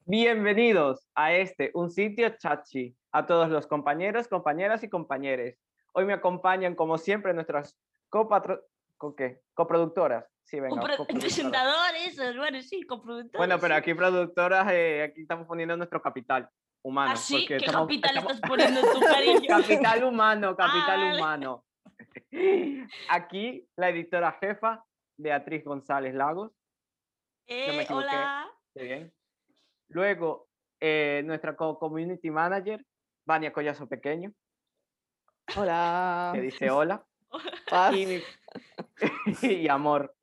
Bienvenidos a un sitio chachi, a todos los compañeros, compañeras y compañeres. Hoy me acompañan, como siempre, nuestras coproductoras. Sí, venga, coproductoras. Presentadores, bueno, sí, coproductores. Bueno, pero sí. aquí productoras, aquí estamos poniendo nuestro capital humano. ¿Ah, sí? Porque ¿Qué capital estás poniendo tú, cariño? Capital humano, capital vale. humano. Aquí la editora jefa, Beatriz González Lagos. No me equivoqué. Hola. Muy bien. Luego, nuestra community manager, Vania Collazo Pequeño, Hola. que dice hola. Paz. Y amor.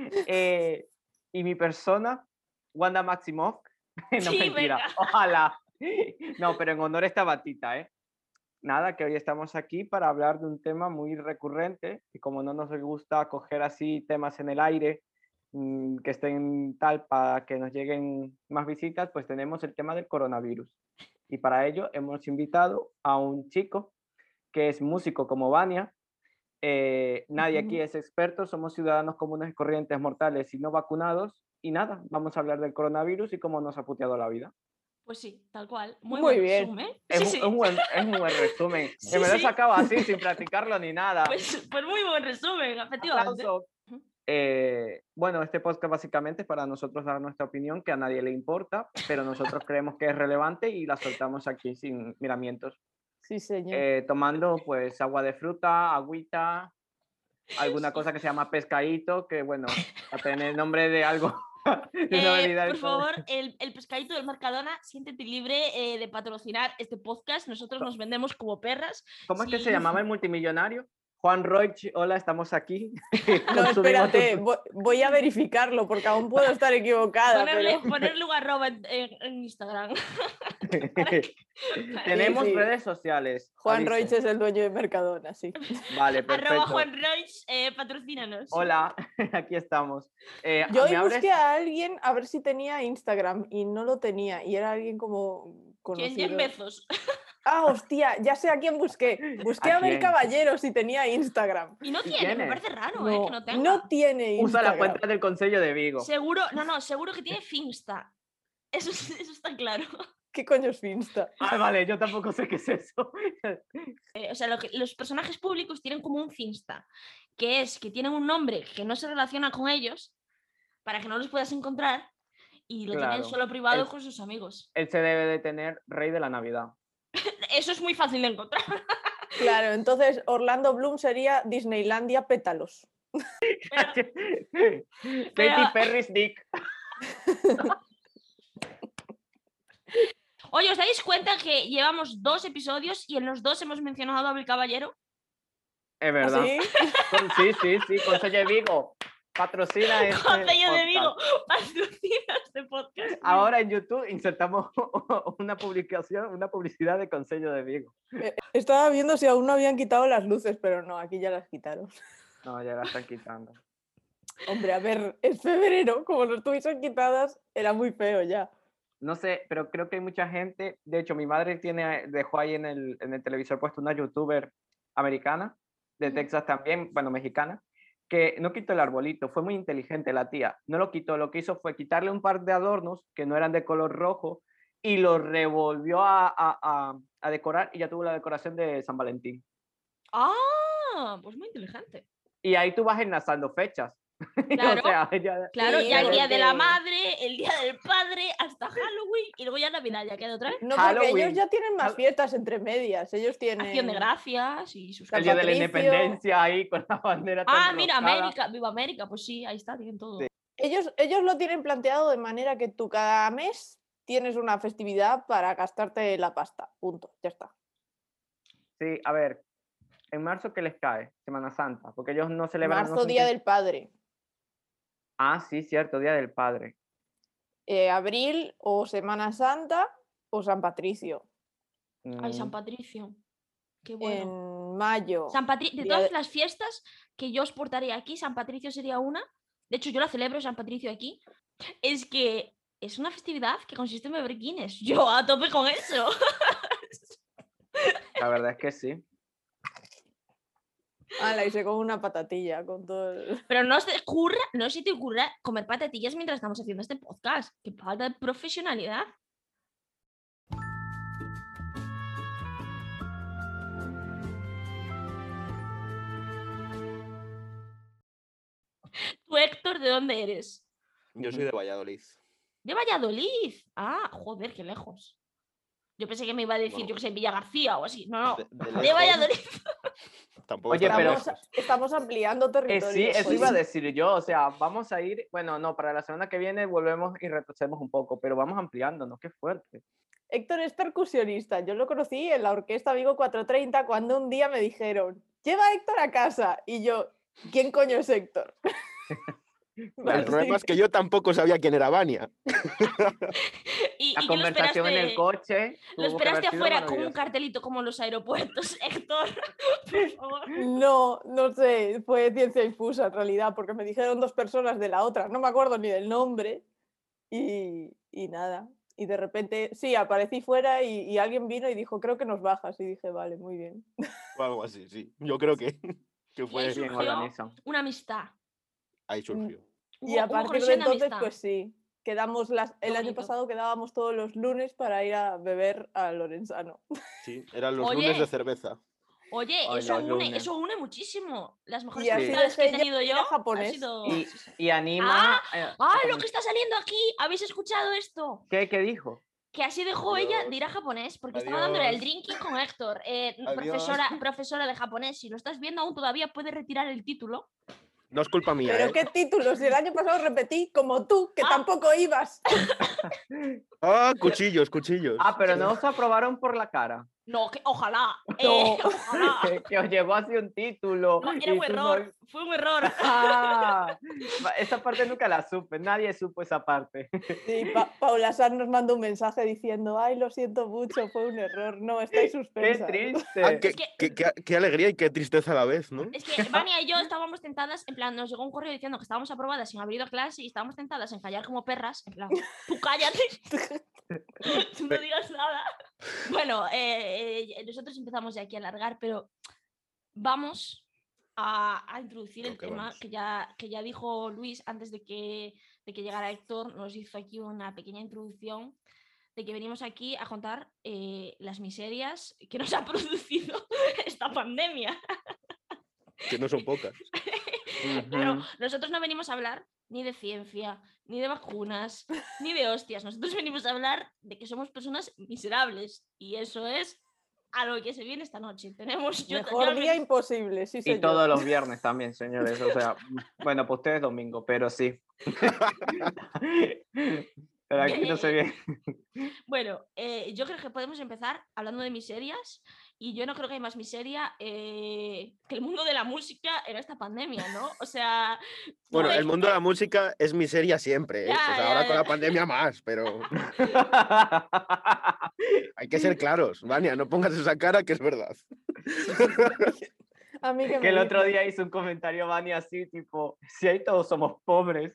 Y mi persona, Wanda Maximoff. No, Sí, mentira. venga. Ojalá. No, pero en honor a esta batita, ¿eh? Nada, que hoy estamos aquí para hablar de un tema muy recurrente y como no nos gusta coger así temas en el aire que estén tal para que nos lleguen más visitas, pues tenemos el tema del coronavirus. Y para ello hemos invitado a un chico que es músico como Vania. Nadie aquí es experto, somos ciudadanos comunes y corrientes mortales y no vacunados. Y nada, vamos a hablar del coronavirus y cómo nos ha puteado la vida. Pues sí, tal cual. Muy Muy buen bien. resumen. Es Sí. un buen resumen. Sí, Me lo he sí. sacado así, sin practicarlo ni nada. Pues muy buen resumen, efectivamente. Aplauso. Bueno, este podcast básicamente es para nosotros dar nuestra opinión, que a nadie le importa, pero nosotros creemos que es relevante y la soltamos aquí sin miramientos. Sí, señor. Tomando pues agua de fruta, agüita, alguna cosa que se llama pescadito, que bueno, a tener nombre de algo, de una bebida. Por favor, el pescadito del Mercadona, siéntete libre de patrocinar este podcast. Nosotros nos vendemos como perras. ¿Cómo es que se llamaba el multimillonario? Juan Roig, hola, estamos aquí. No, espérate, voy a verificarlo porque aún puedo estar equivocada. Ponerle un arroba en Instagram. Tenemos Sí. redes sociales. Juan Roig es el dueño de Mercadona, sí. Vale, perfecto. Arroba Juan Roig, patrocínanos. Hola, aquí estamos. Yo hoy busqué a alguien a ver si tenía Instagram y no lo tenía y era alguien como conocido. ¿Quién? Jeff Bezos. Ah, hostia, ya sé a quién busqué. Busqué a Ver Caballero si tenía Instagram. Y no tiene, me parece raro, no, que no tenga. No tiene Instagram. Usa la cuenta del Concello de Vigo. Seguro, seguro que tiene Finsta. Eso está claro. ¿Qué coño es Finsta? Ah, vale, yo tampoco sé qué es eso. O sea, los personajes públicos tienen como un Finsta, que es que tienen un nombre que no se relaciona con ellos para que no los puedas encontrar y lo tienen solo privado con sus amigos. Él se debe de tener Rey de la Navidad. Eso es muy fácil de encontrar. Claro, entonces Orlando Bloom sería Disneylandia Pétalos. Katy Perry's Dick. Oye, ¿os dais cuenta que llevamos 2 episodios y en los 2 hemos mencionado a Abel Caballero? Es verdad. ¿Sí? Sí, Concello de Vigo. Patrocina este Concello de podcast. Vigo, patrocina este podcast. Ahora en YouTube insertamos una publicidad de Concello de Vigo. Estaba viendo si aún no habían quitado las luces, pero no, aquí ya las quitaron. No, ya las están quitando. Hombre, a ver, es febrero, como no estuviesen quitadas, era muy feo ya. No sé, pero creo que hay mucha gente. De hecho, mi madre dejó ahí en el televisor puesto una youtuber americana, de Texas también, bueno, mexicana, que no quitó el arbolito. Fue muy inteligente la tía. No lo quitó, lo que hizo fue quitarle un par de adornos que no eran de color rojo y lo revolvió a decorar y ya tuvo la decoración de San Valentín. Ah, pues muy inteligente. Y ahí tú vas enlazando fechas. Claro, o sea, ya el Día de la Madre, el Día del Padre, hasta Halloween y luego ya Navidad, ya queda otra vez. No, porque ellos ya tienen más fiestas entre medias. Ellos tienen Acción de Gracias y sus el Día de la Independencia ahí con la bandera. Mira, América, viva América, pues sí, ahí está, tienen todo. Sí. Ellos lo tienen planteado de manera que tú cada mes tienes una festividad para gastarte la pasta. Punto, ya está. Sí, a ver, en marzo, ¿qué les cae? Semana Santa, porque ellos no celebran... Marzo, Día del Padre. Ah, sí, cierto, Día del Padre. Abril, o Semana Santa, o San Patricio. Ay, San Patricio. Qué bueno. En mayo. De todas las fiestas que yo os portaría aquí, San Patricio sería una. De hecho, yo la celebro, San Patricio, aquí. Es que es una festividad que consiste en beber Guinness. Yo a tope con eso. La verdad es que sí. La hice con una patatilla, con todo Pero no se te ocurra comer patatillas mientras estamos haciendo este podcast. Qué falta de profesionalidad. ¿Tú, Héctor, de dónde eres? Yo soy de Valladolid. ¿De Valladolid? Ah, joder, qué lejos. Yo pensé que me iba a decir, Bueno, yo que sé, Villa García o así. No, de de lejos. Valladolid. Tampoco Oye, está pero- lejos. Estamos ampliando territorio. Sí, eso hoy. iba a decir yo, o sea, vamos a ir, bueno, no, para la semana que viene volvemos y retrocedemos un poco, pero vamos ampliándonos, qué fuerte. Héctor es percusionista. Yo lo conocí en la orquesta Vigo 430 cuando un día me dijeron, lleva a Héctor a casa. Y yo, ¿quién coño es Héctor? El problema es que yo tampoco sabía quién era Vania. Y La que conversación en el coche. Lo tuvo que haber esperaste sido afuera con un maravilloso. cartelito como en los aeropuertos, Héctor. Por favor. No, no sé, fue ciencia infusa en realidad, porque me dijeron 2 personas de la otra, no me acuerdo ni del nombre, y nada. Y de repente, sí, aparecí fuera y alguien vino y dijo, creo que nos bajas. Y dije, vale, muy bien. O algo así, sí. Yo creo que Y ahí fue Bien surgió organizado. una amistad. ahí surgió. Y a Hubo partir de conexión de entonces, amistad. pues sí, quedamos Qué el año bonito. pasado quedábamos todos los lunes para ir a beber a Lorenzano. Sí, eran los Oye. lunes de cerveza. Oye, Ay, eso los une, lunes. eso une muchísimo. Las mejores Y así amistades que he dejé ya tenido de ir yo a ha japonés. sido... Y anima. Lo que está saliendo aquí. ¿Habéis escuchado esto? ¿Qué dijo? Que así dejó Adiós. ella de ir a japonés porque estaba dándole el Adiós. drinking con Héctor. Adiós. Profesora de japonés, si lo estás viendo aún todavía puedes retirar el título. No es culpa mía, Pero ¿eh? qué títulos, si el año pasado repetí como tú, que tampoco ibas. Ah, cuchillos, cuchillos. Ah, pero no os aprobaron por la cara. No, que ojalá. No. Ojalá. Que os llegó así un título. No, era y un tú error. no- Fue un error. Ah, esa parte nunca la supe, nadie supo esa parte. Sí, Paula San nos mandó un mensaje diciendo, ay, lo siento mucho, fue un error. No, estáis ¡Qué suspensas. triste! Ah, Es que- qué alegría y qué tristeza a la vez, ¿no? Es que Vania y yo estábamos tentadas, en plan, nos llegó un correo diciendo que estábamos aprobadas sin haber ido a clase y estábamos tentadas en callar como perras, en plan, tú cállate, tú no digas nada. Bueno, nosotros empezamos ya aquí a alargar, pero vamos a introducir Creo el que tema vamos. que ya dijo Luis antes de que llegara Héctor, nos hizo aquí una pequeña introducción de que venimos aquí a contar las miserias que nos ha producido esta pandemia. Que no son pocas. Pero Ujú. nosotros no venimos a hablar ni de ciencia, ni de vacunas, ni de hostias. Nosotros venimos a hablar de que somos personas miserables. Y eso es a lo que se viene esta noche. Tenemos... Mejor día imposible, sí, Y señor. todos los viernes también, señores. O sea, bueno, pues ustedes domingo, pero sí. Pero aquí no se viene. Bueno, yo creo que podemos empezar hablando de miserias. Y yo no creo que hay más miseria que el mundo de la música en esta pandemia, ¿no? O sea... Bueno, no el es- mundo de la música es miseria siempre, ¿eh? Ya, Pues ya, ahora ya. con la pandemia más, pero hay que ser claros. Vania, no pongas esa cara que es verdad. A mí que Que el me otro dices. día hizo un comentario Vani así, tipo, si ahí todos somos pobres.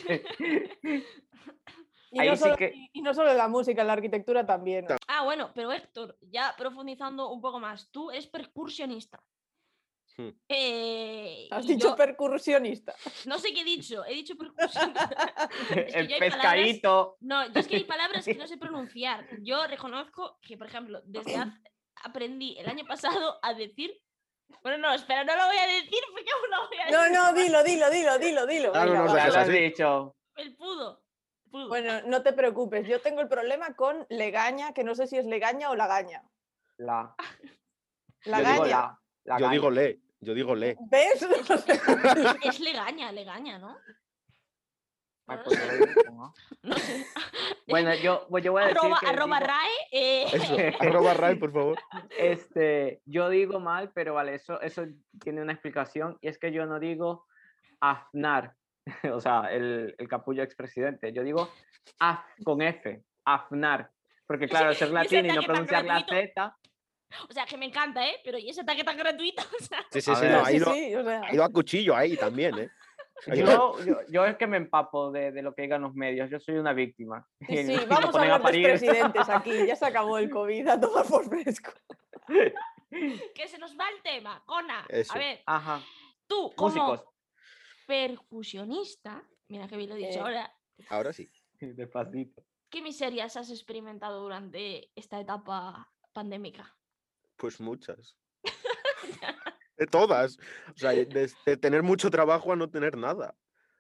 Y Ahí no, sí solo, que- y no solo en la música, en la arquitectura también. Ah, bueno, pero Héctor, ya profundizando un poco más, tú eres percusionista. Hmm. Has Y dicho yo percusionista. no sé qué he dicho percusionista. Es que El yo hay pescadito. No, yo es que hay palabras que no sé pronunciar. Yo reconozco que, por ejemplo, aprendí el año pasado a decir. Bueno, no, espera, no lo voy a decir porque aún lo voy a decir. No, dilo. Ah, no, venga, no, va. Ya es lo has así. dicho. El pudo. Bueno, no te preocupes, yo tengo el problema con legaña, que no sé si es legaña o lagaña. La. La Yo digo gaña. la Yo digo gaña. le, yo digo le. ¿Ves? Es legaña, ¿no? Ay, No pues sé. yo lo digo, ¿no? No sé. Bueno, yo voy a decir que Arroba digo- RAE. Eso, arroba Ray, por favor. yo digo mal, pero vale, eso tiene una explicación y es que yo no digo Aznar, o sea, el capullo expresidente, yo digo con F, Aznar, porque claro, ser ese latín y no ataque tan pronunciar la gratuito. Z, O sea, que me encanta, ¿eh? Pero ¿y ese ataque tan gratuito? O sea, Sí, sí, A sí, ver. no, No, sí, o sea. ha ido a cuchillo ahí también, ¿eh? Ha ido- yo es que me empapo de lo que digan los medios, yo soy una víctima. Sí, Y sí, me vamos a ponen hablar de parir. expresidentes aquí, ya se acabó el COVID, a tomar por fresco. que se nos va el tema, Cona. Eso. A ver, Ajá, tú como músicos. percusionista, mira que bien lo he dicho ahora, Ahora sí. Despacito. ¿qué miserias has experimentado durante esta etapa pandémica? Pues muchas. De todas. O sea, de tener mucho trabajo a no tener nada. O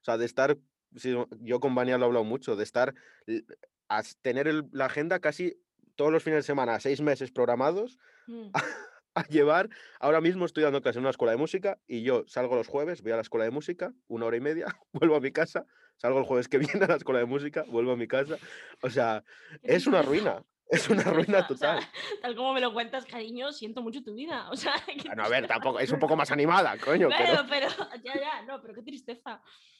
sea, de estar, sí, yo con Vania lo he hablado mucho, de estar, a tener la agenda casi todos los fines de semana, 6 meses programados, Mm. a llevar, ahora mismo estoy dando clase en una escuela de música y yo salgo los jueves, voy a la escuela de música, 1 hora y media, vuelvo a mi casa, salgo el jueves que viene a la escuela de música, vuelvo a mi casa, o sea, Qué es una tristeza, ruina, es qué una ruina tristeza. O sea, total. tal como me lo cuentas, cariño, siento mucho tu vida. O sea, qué Bueno, a ver, tristeza. tampoco, es un poco más animada, coño, pero... Bueno, pero ya, no, pero qué tristeza.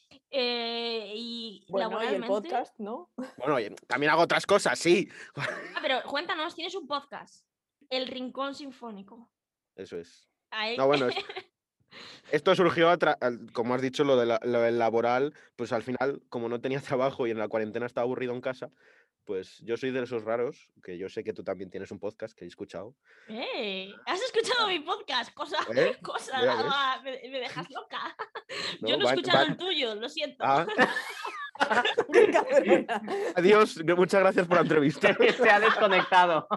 Y Bueno, y el laboralmente. podcast, ¿no? Bueno, oye, también hago otras cosas, sí. Ah, pero cuéntanos, tienes un podcast, El Rincón Sinfónico. Eso es. Ahí. No, bueno, esto surgió, como has dicho, lo del laboral, pues al final, como no tenía trabajo y en la cuarentena estaba aburrido en casa, pues yo soy de esos raros, que yo sé que tú también tienes un podcast que he escuchado. ¿Has escuchado mi podcast? Cosa, ¿Eh? Ya ves. me dejas loca. Yo No, no he escuchado el tuyo, lo siento. Ah, Qué cabrona. adiós, muchas gracias por la entrevista. Se ha desconectado.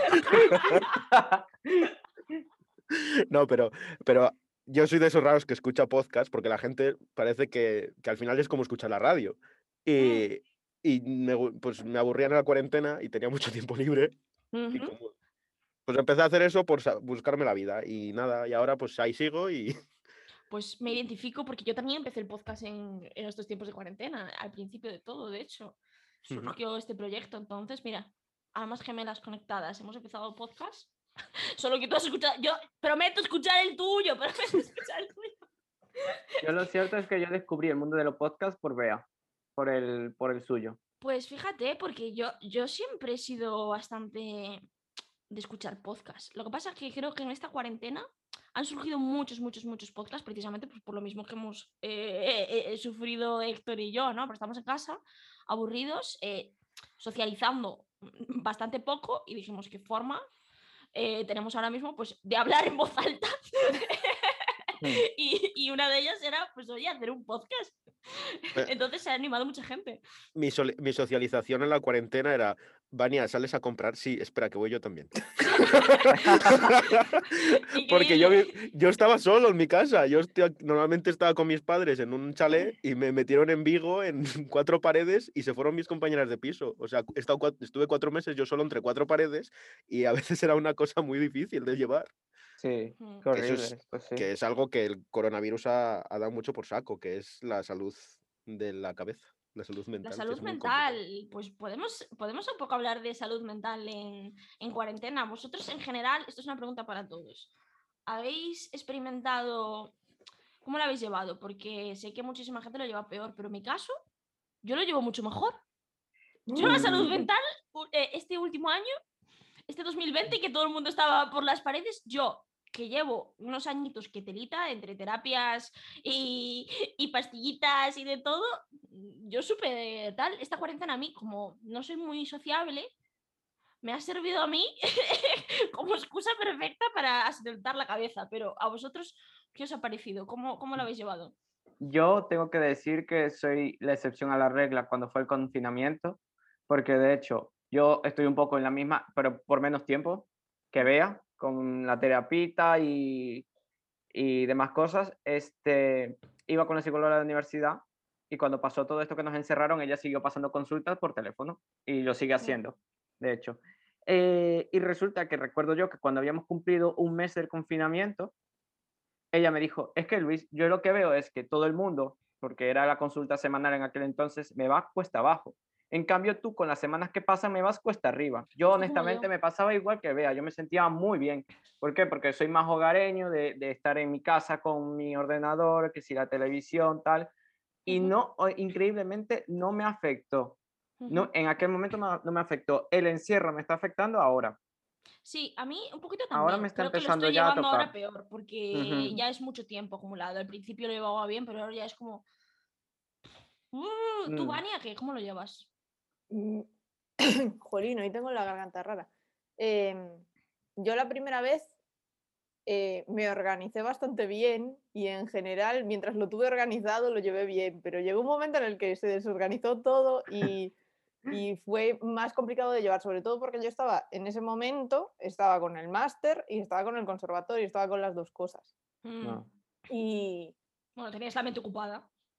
No, pero yo soy de esos raros que escucha podcast porque la gente parece que al final es como escuchar la radio. Y, pues me aburría en la cuarentena y tenía mucho tiempo libre. Y Ujú. pues empecé a hacer eso por buscarme la vida. Y nada, y ahora pues ahí sigo y... Pues me identifico porque yo también empecé el podcast en estos tiempos de cuarentena, al principio de todo, de hecho, surgió este proyecto. Entonces, mira, almas gemelas conectadas, hemos empezado el podcast. Solo que tú has escuchado, yo prometo escuchar el tuyo, prometo escuchar el tuyo. Yo lo cierto es que yo descubrí el mundo de los podcasts por Bea, por el suyo. Pues fíjate, porque yo siempre he sido bastante de escuchar podcasts. Lo que pasa es que creo que en esta cuarentena han surgido muchos podcasts, precisamente pues, por lo mismo que hemos sufrido Héctor y yo, ¿no? Pero estamos en casa, aburridos, socializando bastante poco y dijimos qué forma tenemos ahora mismo pues de hablar en voz alta. Y una de ellas era, pues oye, hacer un podcast. Entonces se ha animado mucha gente. Mi socialización en la cuarentena era, Vania, ¿sales a comprar? Sí, espera, que voy yo también. Porque yo estaba solo en mi casa. Normalmente estaba con mis padres en un chalet y me metieron en Vigo en 4 paredes y se fueron mis compañeras de piso. O sea, estuve 4 meses yo solo entre 4 paredes y a veces era una cosa muy difícil de llevar. Sí, qué Que eso horrible. Pues sí. que es algo que el coronavirus ha dado mucho por saco, que es la salud de la cabeza, la salud mental. La que salud es muy mental, complicado. pues podemos un poco hablar de salud mental en cuarentena. Vosotros en general, esto es una pregunta para todos. ¿Habéis experimentado, cómo lo habéis llevado? Porque sé que muchísima gente lo lleva peor, pero en mi caso, yo lo llevo mucho mejor. Yo la salud mental, este último año, este 2020, que todo el mundo estaba por las paredes, yo que llevo unos añitos que telita entre terapias y pastillitas y de todo, yo supe tal, esta cuarentena a mí, como no soy muy sociable, me ha servido a mí como excusa perfecta para soltar la cabeza, pero a vosotros, ¿qué os ha parecido? ¿Cómo lo habéis llevado? Yo tengo que decir que soy la excepción a la regla cuando fue el confinamiento, porque de hecho yo estoy un poco en la misma, pero por menos tiempo que Bea, con la terapita y demás cosas. Iba con la psicóloga de la universidad y cuando pasó todo esto que nos encerraron, ella siguió pasando consultas por teléfono y lo sigue haciendo, de hecho. Y resulta que recuerdo yo que cuando habíamos cumplido un mes del confinamiento, ella me dijo, es que Luis, yo lo que veo es que todo el mundo, porque era la consulta semanal en aquel entonces, me va cuesta abajo. En cambio, tú con las semanas que pasan me vas cuesta arriba. Yo Justo como honestamente yo. me pasaba igual que Bea, yo me sentía muy bien. ¿Por qué? Porque soy más hogareño, de estar en mi casa con mi ordenador, que si la televisión, tal. Y no, increíblemente, no me afectó. No, en aquel momento no me afectó. El encierro me está afectando ahora. Sí, a mí un poquito Ahora me también. está Creo que lo empezando estoy ya a llevando ahora tocar. peor porque Ujú. ya es mucho tiempo acumulado. Al principio lo llevaba bien, pero ahora ya es como... ¿Tú, Mm. Vania, qué? ¿Cómo lo llevas? Jolín, hoy tengo la garganta rara. Yo la primera vez me organicé bastante bien y en general, mientras lo tuve organizado, lo llevé bien, pero llegó un momento en el que se desorganizó todo y fue más complicado de llevar, sobre todo porque yo estaba en ese momento, estaba con el máster y estaba con el conservatorio, estaba con las dos cosas. No. Y Bueno, tenías la mente ocupada.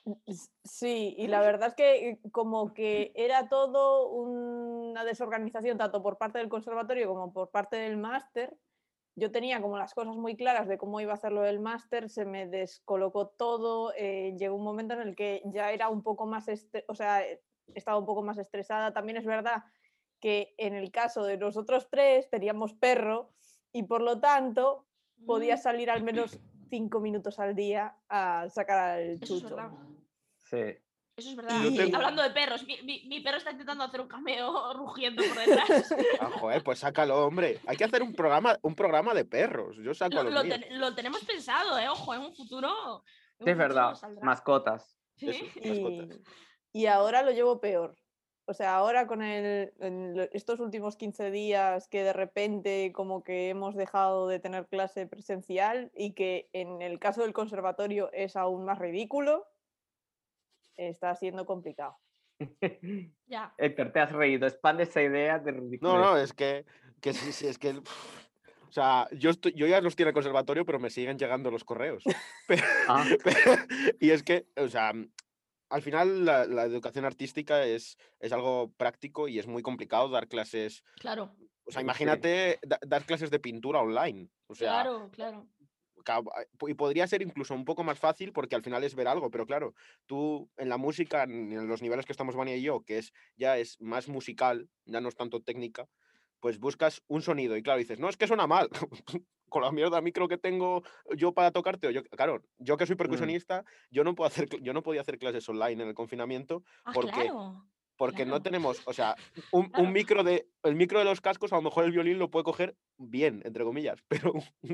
Sí, y la verdad es que como que era todo una desorganización tanto por parte del conservatorio como por parte del máster. Yo tenía como las cosas muy claras de cómo iba a hacerlo el máster, se me descolocó todo, llegó un momento en el que ya era un poco más, o sea, estaba un poco más estresada. También es verdad que en el caso de nosotros tres teníamos perro y por lo tanto podía salir al menos 5 minutos al día a sacar al Eso es chucho. verdad. Sí. Eso es verdad. Yo tengo- Hablando de perros, mi perro está intentando hacer un cameo rugiendo por detrás. Ah, joder, pues sácalo, hombre. Hay que hacer un programa de perros. Yo saco a los míos. Lo tenemos pensado, ojo, en un futuro. Sí, es verdad. Saldrá. Mascotas. Sí. Eso, mascotas. Y ahora lo llevo peor. O sea, ahora con estos últimos 15 días que de repente como que hemos dejado de tener clase presencial y que en el caso del conservatorio es aún más ridículo, está siendo complicado. Ya. Héctor, te has reído. Expande esa idea de No, ridiculez. es que sí, es que... O sea, yo ya los tiene el conservatorio, pero me siguen llegando los correos. Ah. Y es que, o sea, al final la educación artística es algo práctico y es muy complicado dar clases. Claro. O sea, Sí. imagínate dar clases de pintura online. O sea, Claro. y podría ser incluso un poco más fácil porque al final es ver algo, pero claro, tú en la música, en los niveles que estamos Vania y yo, que ya es más musical, ya no es tanto técnica, pues buscas un sonido y claro, dices, no, es que suena mal. Con la mierda micro que tengo yo para tocarte, claro, yo que soy percusionista, yo no podía hacer clases online en el confinamiento porque no tenemos, o sea, Claro. el micro de los cascos, a lo mejor el violín lo puede coger bien, entre comillas, pero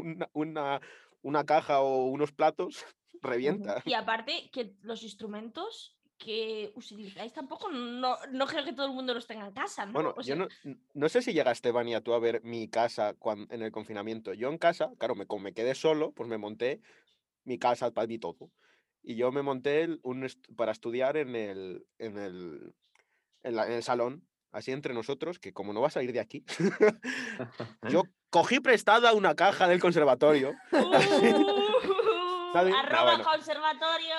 una caja o unos platos revienta. Y aparte que los instrumentos que utilizáis tampoco no creo que todo el mundo los tenga en casa, ¿no? Bueno, O yo sea, no sé si llegaste, Vania, tú a ver mi casa en el confinamiento. Yo en casa, claro, como me quedé solo, pues me monté mi casa para mí todo. Y yo me monté para estudiar en el salón, así entre nosotros, que como no va a salir de aquí, yo cogí prestada una caja del conservatorio. ¿Sabes? No, arroba bueno, conservatorio,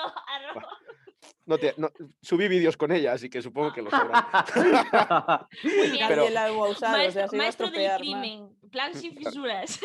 subí vídeos con ella, así que supongo que lo sabrán. Muy bien. Nadie la ha usado, o sea, se iba a Maestro del estropear más. crimen, plan sin fisuras.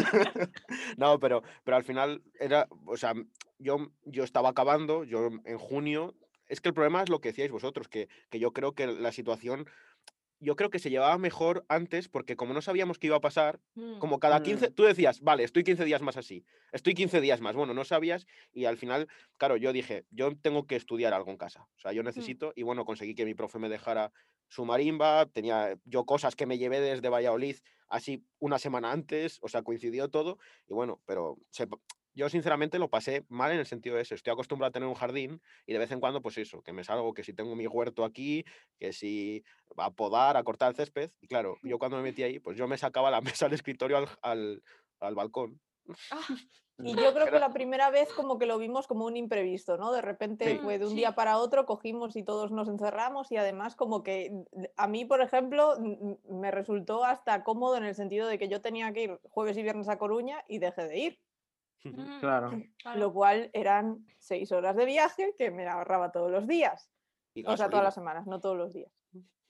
No, pero al final era, o sea, yo estaba acabando, yo en junio, es que el problema es lo que decíais vosotros, que yo creo que la situación, yo creo que se llevaba mejor antes porque como no sabíamos qué iba a pasar, como cada 15, tú decías, vale, estoy 15 días más así, estoy 15 días más, bueno, no sabías y al final, claro, yo dije, yo tengo que estudiar algo en casa, o sea, yo necesito, y bueno, conseguí que mi profe me dejara su marimba, tenía yo cosas que me llevé desde Valladolid así una semana antes, o sea, coincidió todo, y bueno, pero yo sinceramente lo pasé mal en el sentido de eso, estoy acostumbrado a tener un jardín y de vez en cuando, pues eso, que me salgo, que si tengo mi huerto aquí, que si a podar, a cortar el césped. Y claro, yo cuando me metí ahí, pues yo me sacaba la mesa del escritorio al balcón. Y yo creo que Era- la primera vez como que lo vimos como un imprevisto, ¿no? De repente Sí, fue de un Sí. día para otro, cogimos y todos nos encerramos y además como que a mí, por ejemplo, me resultó hasta cómodo en el sentido de que yo tenía que ir jueves y viernes a Coruña y dejé de ir, Claro. lo cual eran 6 horas de viaje que me ahorraba todos los días, y o sea, todas gasolina. las semanas, no todos los días.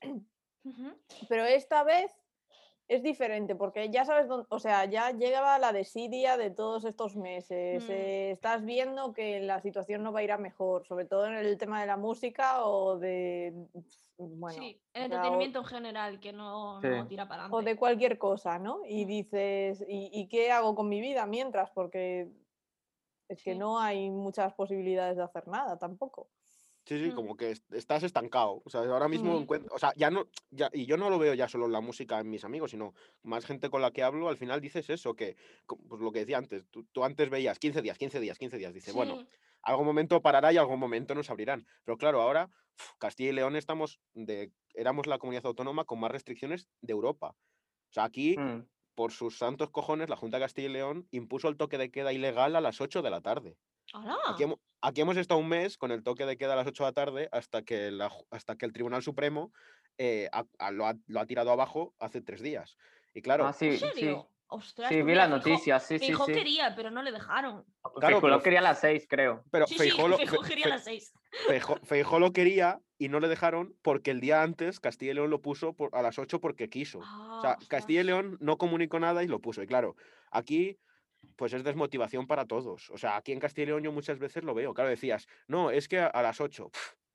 Pero esta vez es diferente porque ya sabes dónde, o sea, ya llegaba la desidia de todos estos meses. Estás viendo que la situación no va a ir a mejor, sobre todo en el tema de la música o de, bueno, Sí, el o sea, entretenimiento en general, que no Sí. tira para o adelante. de cualquier cosa, ¿no? Y dices, ¿y qué hago con mi vida mientras? Porque es que Sí. no hay muchas posibilidades de hacer nada tampoco. Sí, como que estás estancado. O sea, ahora mismo Sí. o sea, y yo no lo veo ya solo en la música en mis amigos, sino más gente con la que hablo, al final dices eso, que, pues lo que decía antes, tú antes veías 15 días, 15 días, 15 días, dice, bueno, Sí. algún momento parará y algún momento nos abrirán. Pero claro, ahora Castilla y León éramos la comunidad autónoma con más restricciones de Europa. O sea, aquí, Mm. por sus santos cojones, la Junta de Castilla y León impuso el toque de queda ilegal a las 8 de la tarde. ¡Hala! Aquí hemos estado un mes con el toque de queda a las 8 de la tarde hasta que el Tribunal Supremo lo ha tirado abajo hace 3 días. Y Ah, claro, ¿En sí, sí. serio? Ostras, Sí, pues vi mira, la noticia, sí. Feijóo quería, pero no le dejaron. Claro, Feijóo lo quería a las 6, creo. Pero Sí, Feijóo Feijóo quería a las 6. Feijóo lo quería y no le dejaron porque el día antes Castilla y León lo puso a las 8 porque quiso. O sea, Castilla y León no comunicó nada y lo puso. Y claro, aquí pues es desmotivación para todos. O sea, aquí en Castilla y León yo muchas veces lo veo. Claro, decías, no, es que a las 8.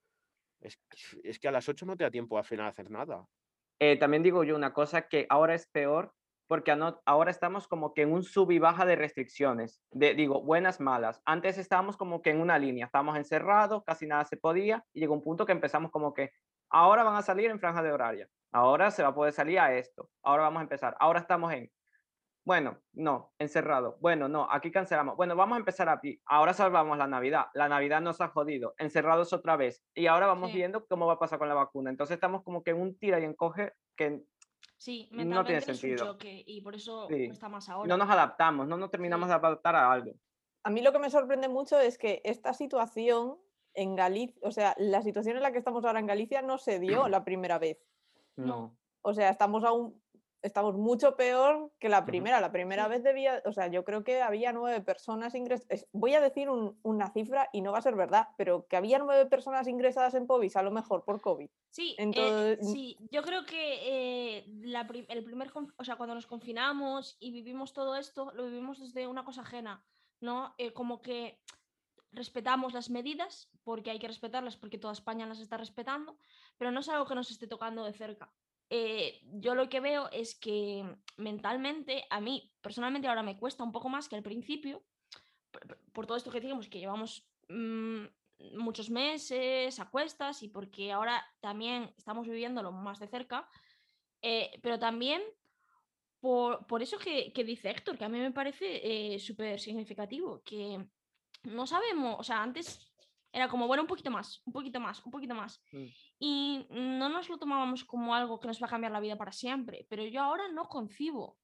Es que a las 8 no te da tiempo al final a hacer nada. También digo yo una cosa que ahora es peor porque ahora estamos como que en un sub y baja de restricciones, digo, buenas, malas. Antes estábamos como que en una línea, estábamos encerrados, casi nada se podía y llegó un punto que empezamos como que ahora van a salir en franja de horaria, ahora se va a poder salir a esto, ahora vamos a empezar, ahora estamos en, bueno, no, encerrado, bueno, no, aquí cancelamos, bueno, vamos a empezar aquí, ahora salvamos la Navidad nos ha jodido, encerrados otra vez y ahora vamos viendo cómo va a pasar con la vacuna. Entonces estamos como que en un tira y encoge que sí, no tiene mentalmente es un sentido. choque y por eso Sí. cuesta más ahora. No nos adaptamos, no nos terminamos de adaptar a algo. A mí lo que me sorprende mucho es que esta situación en Galicia, o sea, la situación en la que estamos ahora en Galicia no se dio la primera vez. No. O sea, estamos mucho peor que la primera. La primera Sí. vez debía, o sea, yo creo que había 9 personas ingresadas. Voy a decir una cifra y no va a ser verdad, pero que había 9 personas ingresadas en Povis, a lo mejor por COVID. Sí, Entonces, sí, yo creo que o sea, cuando nos confinamos y vivimos todo esto, lo vivimos desde una cosa ajena, ¿no? Como que respetamos las medidas, porque hay que respetarlas, porque toda España las está respetando, pero no es algo que nos esté tocando de cerca. Yo lo que veo es que mentalmente, a mí personalmente ahora me cuesta un poco más que al principio, por todo esto que digamos que llevamos muchos meses a cuestas y porque ahora también estamos viviéndolo más de cerca, pero también por eso que dice Héctor, que a mí me parece súper significativo, que no sabemos, o sea, antes era como, bueno, un poquito más, un poquito más, un poquito más. Y no nos lo tomábamos como algo que nos va a cambiar la vida para siempre, pero yo ahora no concibo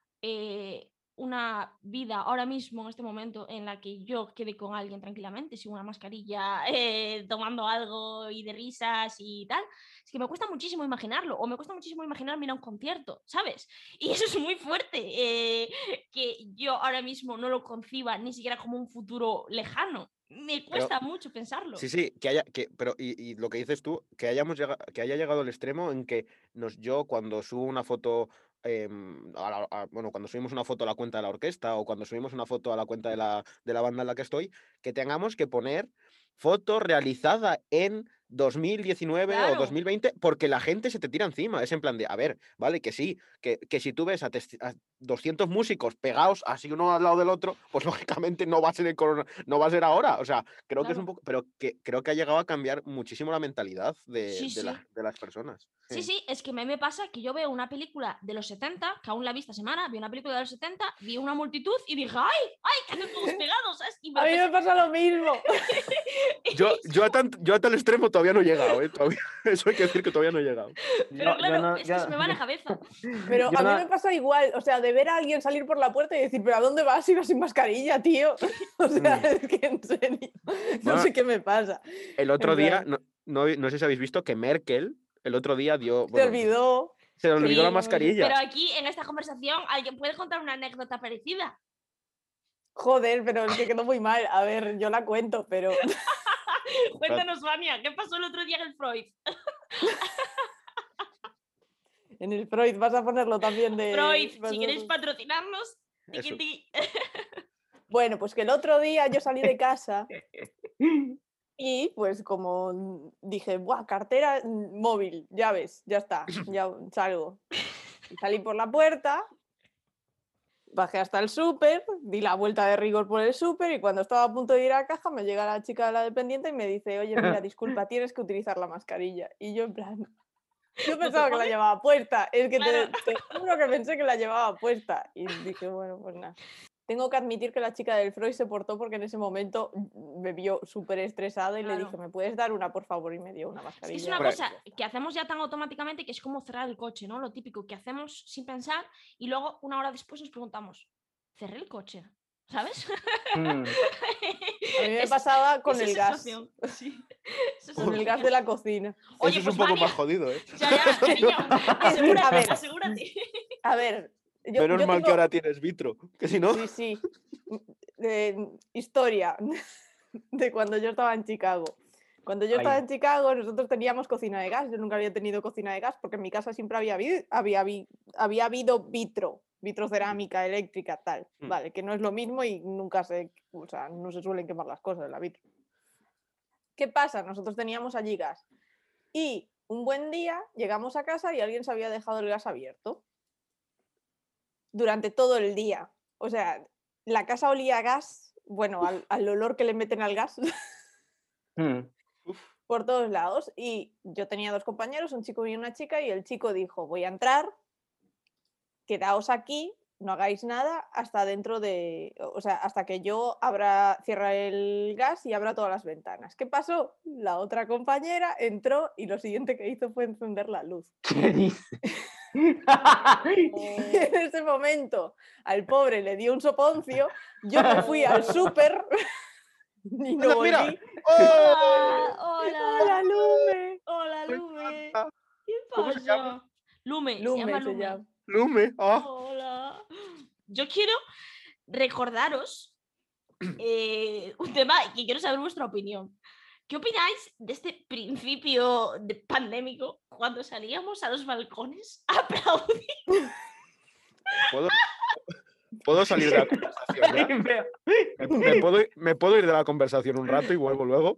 una vida ahora mismo, en este momento, en la que yo quede con alguien tranquilamente, sin una mascarilla, tomando algo y de risas y tal. Es que me cuesta muchísimo imaginarlo, o me cuesta muchísimo imaginarme ir a un concierto, ¿sabes? Y eso es muy fuerte, que yo ahora mismo no lo conciba ni siquiera como un futuro lejano. Me cuesta mucho pensarlo. Sí, pero y lo que dices tú, que haya llegado al extremo en que yo cuando subo una foto, bueno, cuando subimos una foto a la cuenta de la orquesta o cuando subimos una foto a la cuenta de la banda en la que estoy, que tengamos que poner foto realizada en 2019 o 2020 porque la gente se te tira encima. Es en plan de, a ver, vale, que sí, que si tú ves a 200 músicos pegados así uno al lado del otro, pues lógicamente no va a ser el corona, no va a ser ahora. O sea, creo que es un poco, pero creo que ha llegado a cambiar muchísimo la mentalidad de las personas. Sí, es que me pasa que yo veo una película de los 70, que aún la vi esta semana, vi una película de los 70, vi una multitud y dije, ¡ay! ¡Ay! ¡Que hacen todos pegados! ¿Sabes? A mí me pasa lo mismo. Yo a tal extremo todavía no he llegado, ¿eh? Eso hay que decir que todavía no he llegado. Pero claro, es que se me va la cabeza. Pero a mí me pasa igual, o sea, de ver a alguien salir por la puerta y decir, ¿pero a dónde vas si vas sin mascarilla, tío? O sea, es que en serio, no sé qué me pasa. El otro día, no sé si habéis visto que Merkel el otro día dio... Se olvidó. Se le olvidó la mascarilla. Pero aquí, en esta conversación, ¿alguien puede contar una anécdota parecida? Joder, pero es que quedó muy mal. A ver, yo la cuento, pero... Cuéntanos, Vania, ¿qué pasó el otro día en el Freud? En el Freud vas a ponerlo también de... Freud, si queréis patrocinarnos, Bueno, pues que el otro día yo salí de casa y pues como dije, ¡buah, cartera móvil! Ya ves, ya está, ya salgo. Y salí por la puerta, bajé hasta el súper, di la vuelta de rigor por el súper y cuando estaba a punto de ir a caja me llega la chica de la dependiente y me dice, oye, mira, disculpa, tienes que utilizar la mascarilla. Y yo en plan... Yo pensaba que la llevaba puesta, es que te juro que pensé que la llevaba puesta y dije, bueno, pues nada. Tengo que admitir que la chica del Freud se portó porque en ese momento me vio súper estresada y le dije, ¿me puedes dar una, por favor? Y me dio una mascarilla. Es una cosa que hacemos ya tan automáticamente que es como cerrar el coche, ¿no? Lo típico que hacemos sin pensar y luego una hora después nos preguntamos, ¿cerré el coche? ¿Sabes? A mí me pasaba con el gas. Sí. Con el gas de la cocina. Oye, eso es un poco más jodido, ¿eh? Ya, cariño. Asegúrate. A ver, Menos mal que ahora tienes vitro, que si no... Sí. Historia de cuando yo estaba en Chicago. Cuando yo estaba en Chicago, nosotros teníamos cocina de gas. Yo nunca había tenido cocina de gas porque en mi casa siempre había habido vitro cerámica, eléctrica, tal. Vale, que no es lo mismo y nunca no se suelen quemar las cosas en la vitro. ¿Qué pasa? Nosotros teníamos allí gas. Y un buen día llegamos a casa y alguien se había dejado el gas abierto. Durante todo el día. O sea, la casa olía a gas, bueno, al olor que le meten al gas. Por todos lados. Y yo tenía 2 compañeros, un chico y una chica, y el chico dijo, voy a entrar, quedaos aquí, no hagáis nada hasta hasta que yo cierre el gas y abra todas las ventanas. ¿Qué pasó? La otra compañera entró y lo siguiente que hizo fue encender la luz. ¿Qué dice? Y en ese momento al pobre le dio un soponcio, yo me fui al súper y no volví. Mira. Hola, Lume. Hola, Lume. ¿Qué ¿Cómo se llama? pasa? Lume, se Lume llama se Lume. llama. Lume. Hola. Yo quiero recordaros un tema que quiero saber vuestra opinión. ¿Qué opináis de este principio pandémico cuando salíamos a los balcones a aplaudir? ¿Puedo salir de la conversación ya? ¿Me puedo ir de la conversación un rato y vuelvo luego?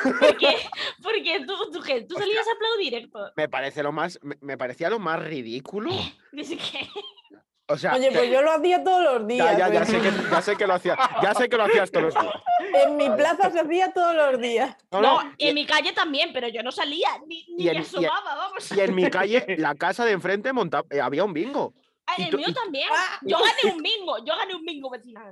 Porque tú salías a aplaudir, Héctor. Me parecía lo más ridículo. Dice que... O sea, Oye, pues yo lo hacía todos los días. ya sé que lo hacías. Ya sé que lo hacías todos los días. En mi plaza se hacía todos los días. No, en mi calle también, pero yo no salía, ni me asomaba, vamos. Y en mi calle, la casa de enfrente había un bingo. En el mío también. Yo gané un bingo vecinal.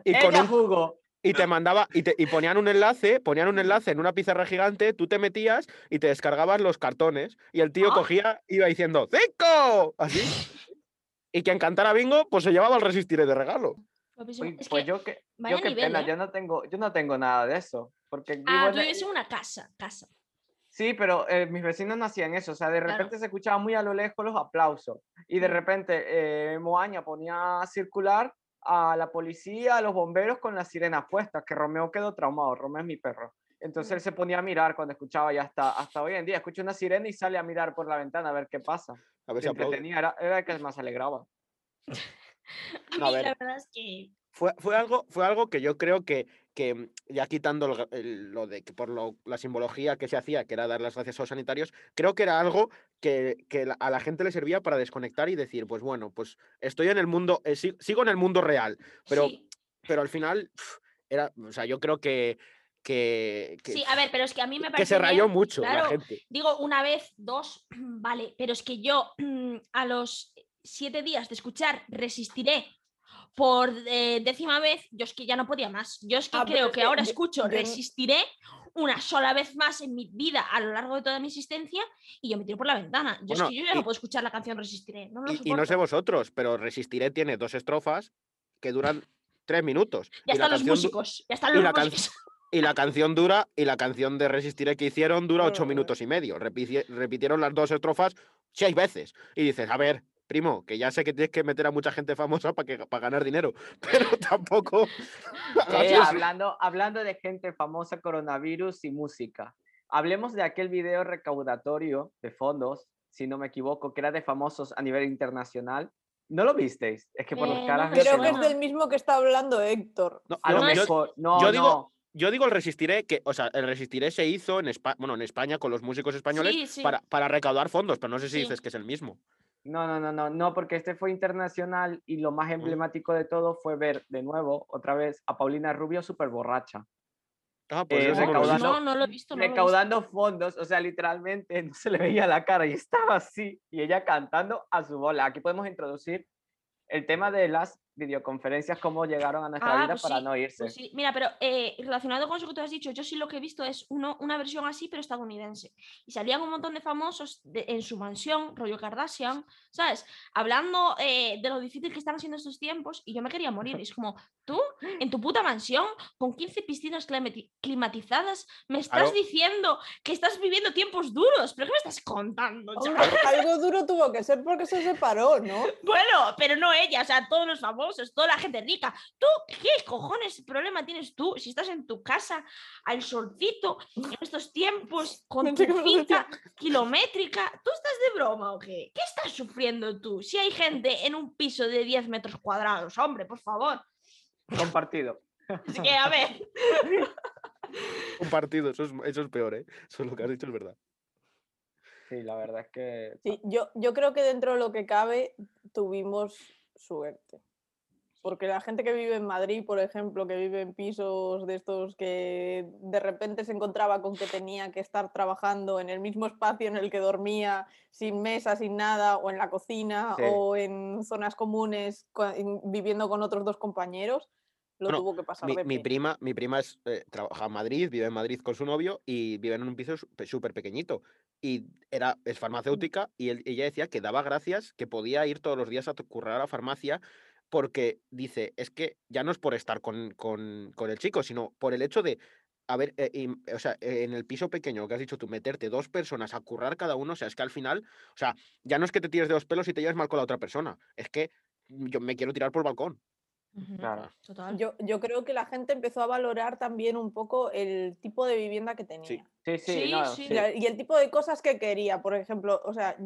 Y te mandaba, y ponían un enlace en una pizarra gigante, tú te metías y te descargabas los cartones. Y el tío cogía, iba diciendo ¡5! Así. Y quien cantara bingo, pues se llevaba el Resistiré de regalo. Pues yo qué pena, yo no tengo nada de eso. Porque tú vives en una casa. Sí, pero mis vecinos no hacían eso. O sea, de repente se escuchaba muy a lo lejos los aplausos. Y de repente Moaña ponía a circular a la policía, a los bomberos con las sirenas puestas, que Romeo quedó traumado. Romeo es mi perro. Entonces él se ponía a mirar cuando escuchaba, y hasta hoy en día escucha una sirena y sale a mirar por la ventana a ver qué pasa. A ver si entretenía, era el que más alegraba. A ver, la verdad es que... Fue algo que yo creo que ya quitando lo de que la simbología que se hacía, que era dar las gracias a los sanitarios, creo que era algo que a la gente le servía para desconectar y decir, pues bueno, pues estoy en el mundo, sigo en el mundo real, pero al final o sea, yo creo que sí, a ver, pero es que a mí me parece que se rayó bien, mucho claro, la gente. Digo, una vez, 2, vale, pero es que yo a los 7 días de escuchar Resistiré por 10ª vez, yo es que ya no podía más. Yo es que creo que ahora escucho Resistiré una sola vez más en mi vida a lo largo de toda mi existencia y yo me tiro por la ventana. Yo ya no puedo escuchar la canción Resistiré. Y no sé vosotros, pero Resistiré tiene 2 estrofas que duran 3 minutos. Ya están los músicos. Y la canción de Resistiré que hicieron dura 8 minutos y medio. Repitieron las 2 estrofas 6 veces. Y dices, a ver, primo, que ya sé que tienes que meter a mucha gente famosa para ganar dinero, pero tampoco... Hablando de gente famosa, coronavirus y música, hablemos de aquel video recaudatorio de fondos, si no me equivoco, que era de famosos a nivel internacional. ¿No lo visteis? Es que por las caras... Creo que es del mismo que está hablando Héctor. No, a lo mejor, Yo digo el Resistiré, o sea, el Resistiré se hizo en España con los músicos españoles para recaudar fondos, pero no sé si dices que es el mismo. No, porque este fue internacional y lo más emblemático de todo fue ver de nuevo, otra vez, a Paulina Rubio súper borracha. Pues no lo he visto. Recaudando fondos, o sea, literalmente no se le veía la cara y estaba así, y ella cantando a su bola. Aquí podemos introducir el tema de las videoconferencias cómo llegaron a nuestra vida pues para sí, no irse. pues sí. Mira, pero relacionado con eso que tú has dicho, yo sí lo que he visto es una versión así, pero estadounidense. Y salían un montón de famosos en su mansión, rollo Kardashian, ¿sabes? Hablando de lo difícil que están siendo estos tiempos, y yo me quería morir. Y es como, tú, en tu puta mansión, con 15 piscinas climatizadas, me estás Claro. diciendo que estás viviendo tiempos duros. ¿Pero qué me estás contando, Hombre, chaval? algo duro tuvo que ser porque se separó, ¿no? Bueno, pero no ella, o sea, todos los famosos, toda la gente rica. ¿Tú qué cojones problema tienes tú si estás en tu casa al solcito en estos tiempos con Pensé tu que me lo finca decía. kilométrica? ¿Tú estás de broma o qué? ¿Qué estás sufriendo tú? Si hay gente en un piso de 10 metros cuadrados, hombre, por favor. Compartido. Así que, a ver. Compartido, eso es peor, ¿eh? Eso es lo que has dicho, es verdad. Sí, la verdad es que... Sí, yo creo que dentro de lo que cabe tuvimos suerte. Porque la gente que vive en Madrid, por ejemplo, que vive en pisos de estos que de repente se encontraba con que tenía que estar trabajando en el mismo espacio en el que dormía, sin mesa, sin nada, o en la cocina, Sí. o en zonas comunes, viviendo con otros 2 compañeros, lo Bueno, tuvo que pasar de Mi pena. prima trabaja en Madrid, vive en Madrid con su novio y vive en un piso súper pequeñito. Y es farmacéutica y ella decía que daba gracias que podía ir todos los días a currar a la farmacia porque dice, es que ya no es por estar con el chico, sino por el hecho de o sea, en el piso pequeño que has dicho tú, meterte 2 personas a currar cada uno, o sea, es que al final, o sea, ya no es que te tires de 2 pelos y te lleves mal con la otra persona, es que yo me quiero tirar por el balcón. Claro. Total. Yo creo que la gente empezó a valorar también un poco el tipo de vivienda que tenía. Sí, Sí, no, sí. sí. Y el tipo de cosas que quería, por ejemplo, o sea,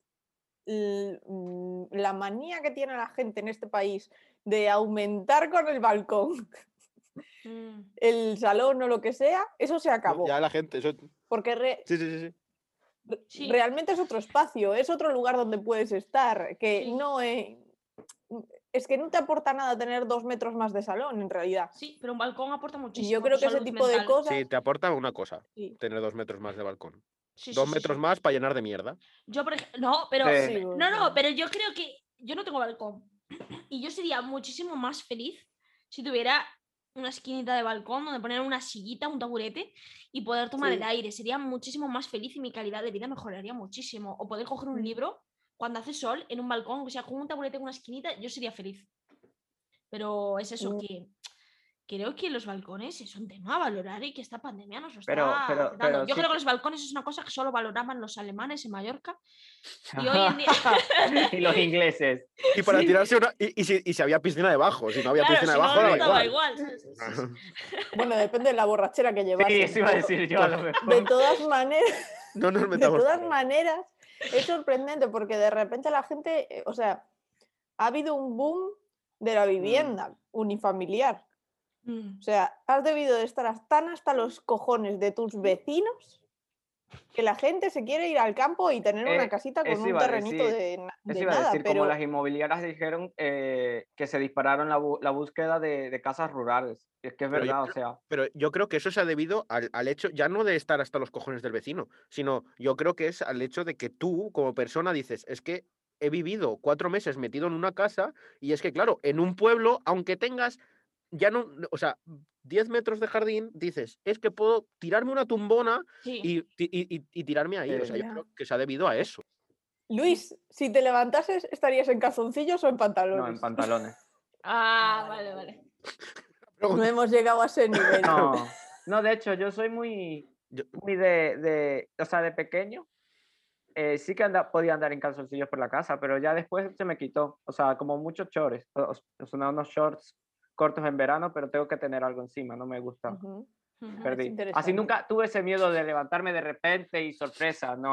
la manía que tiene la gente en este país de aumentar con el balcón Mm. el salón o lo que sea, eso se acabó. Ya la gente, eso... Porque Sí. Sí. realmente es otro espacio, es otro lugar donde puedes estar, que Sí. no es que no te aporta nada tener 2 metros más de salón, en realidad. Sí, pero un balcón aporta Y muchísimo yo a creo tu que ese salud tipo de mental. cosas... Sí, te aporta una cosa, Sí, tener 2 metros más de balcón. Sí, 2 sí, metros sí. más para llenar de mierda. Yo, por ejemplo, no, pero Sí. sí, no, pero yo creo que yo no tengo balcón y yo sería muchísimo más feliz si tuviera una esquinita de balcón donde poner una sillita, un taburete y poder tomar el sí. aire. Sería muchísimo más feliz y mi calidad de vida mejoraría muchísimo. O poder coger un libro cuando hace sol en un balcón, o sea, con un taburete en una esquinita, yo sería feliz. Pero es eso, que creo que los balcones es un tema a valorar y que esta pandemia nos lo está dando. Yo sí creo que los balcones es una cosa que solo valoraban los alemanes en Mallorca y hoy en día... y los ingleses. Y para Sí. tirarse una. Y si había piscina debajo. Si no había Claro, piscina si no, debajo, no daba estaba igual. igual. ¿Sabes? Bueno, depende de la borrachera que Sí, llevasen. eso iba a decir yo a lo De mejor. todas maneras, No nos de metamos todas por ahí. maneras, es sorprendente porque de repente la gente, o sea, ha habido un boom de la vivienda unifamiliar. O sea, has debido de estar tan hasta los cojones de tus vecinos que la gente se quiere ir al campo y tener una casita con Eso un iba a terrenito decir. de Eso iba a nada, decir, como las pero inmobiliarias dijeron que se dispararon la búsqueda de casas rurales. Y es que es Pero yo, verdad, o sea, pero yo creo que eso se ha debido al hecho, ya no de estar hasta los cojones del vecino, sino yo creo que es al hecho de que tú, como persona, dices, es que he vivido 4 meses metido en una casa y es que, claro, en un pueblo, aunque tengas ya no, o sea, 10 metros de jardín, dices, es que puedo tirarme una tumbona Sí. y tirarme ahí. O sea, yo Ya. creo que se ha debido a eso. Luis, si te levantases, ¿estarías en calzoncillos o en no, pantalones? en pantalones. Vale. No hemos llegado a ese nivel. No, de hecho, yo soy muy Yo- o sea, de pequeño, sí que podía andar en calzoncillos por la casa, pero ya después se me quitó. O sea, como muchos shorts, o sea, unos shorts cortos en verano, pero tengo que tener algo encima, no me gusta. Ujú. Es Perdí. Así interesante. nunca tuve ese miedo de levantarme de repente y sorpresa. No.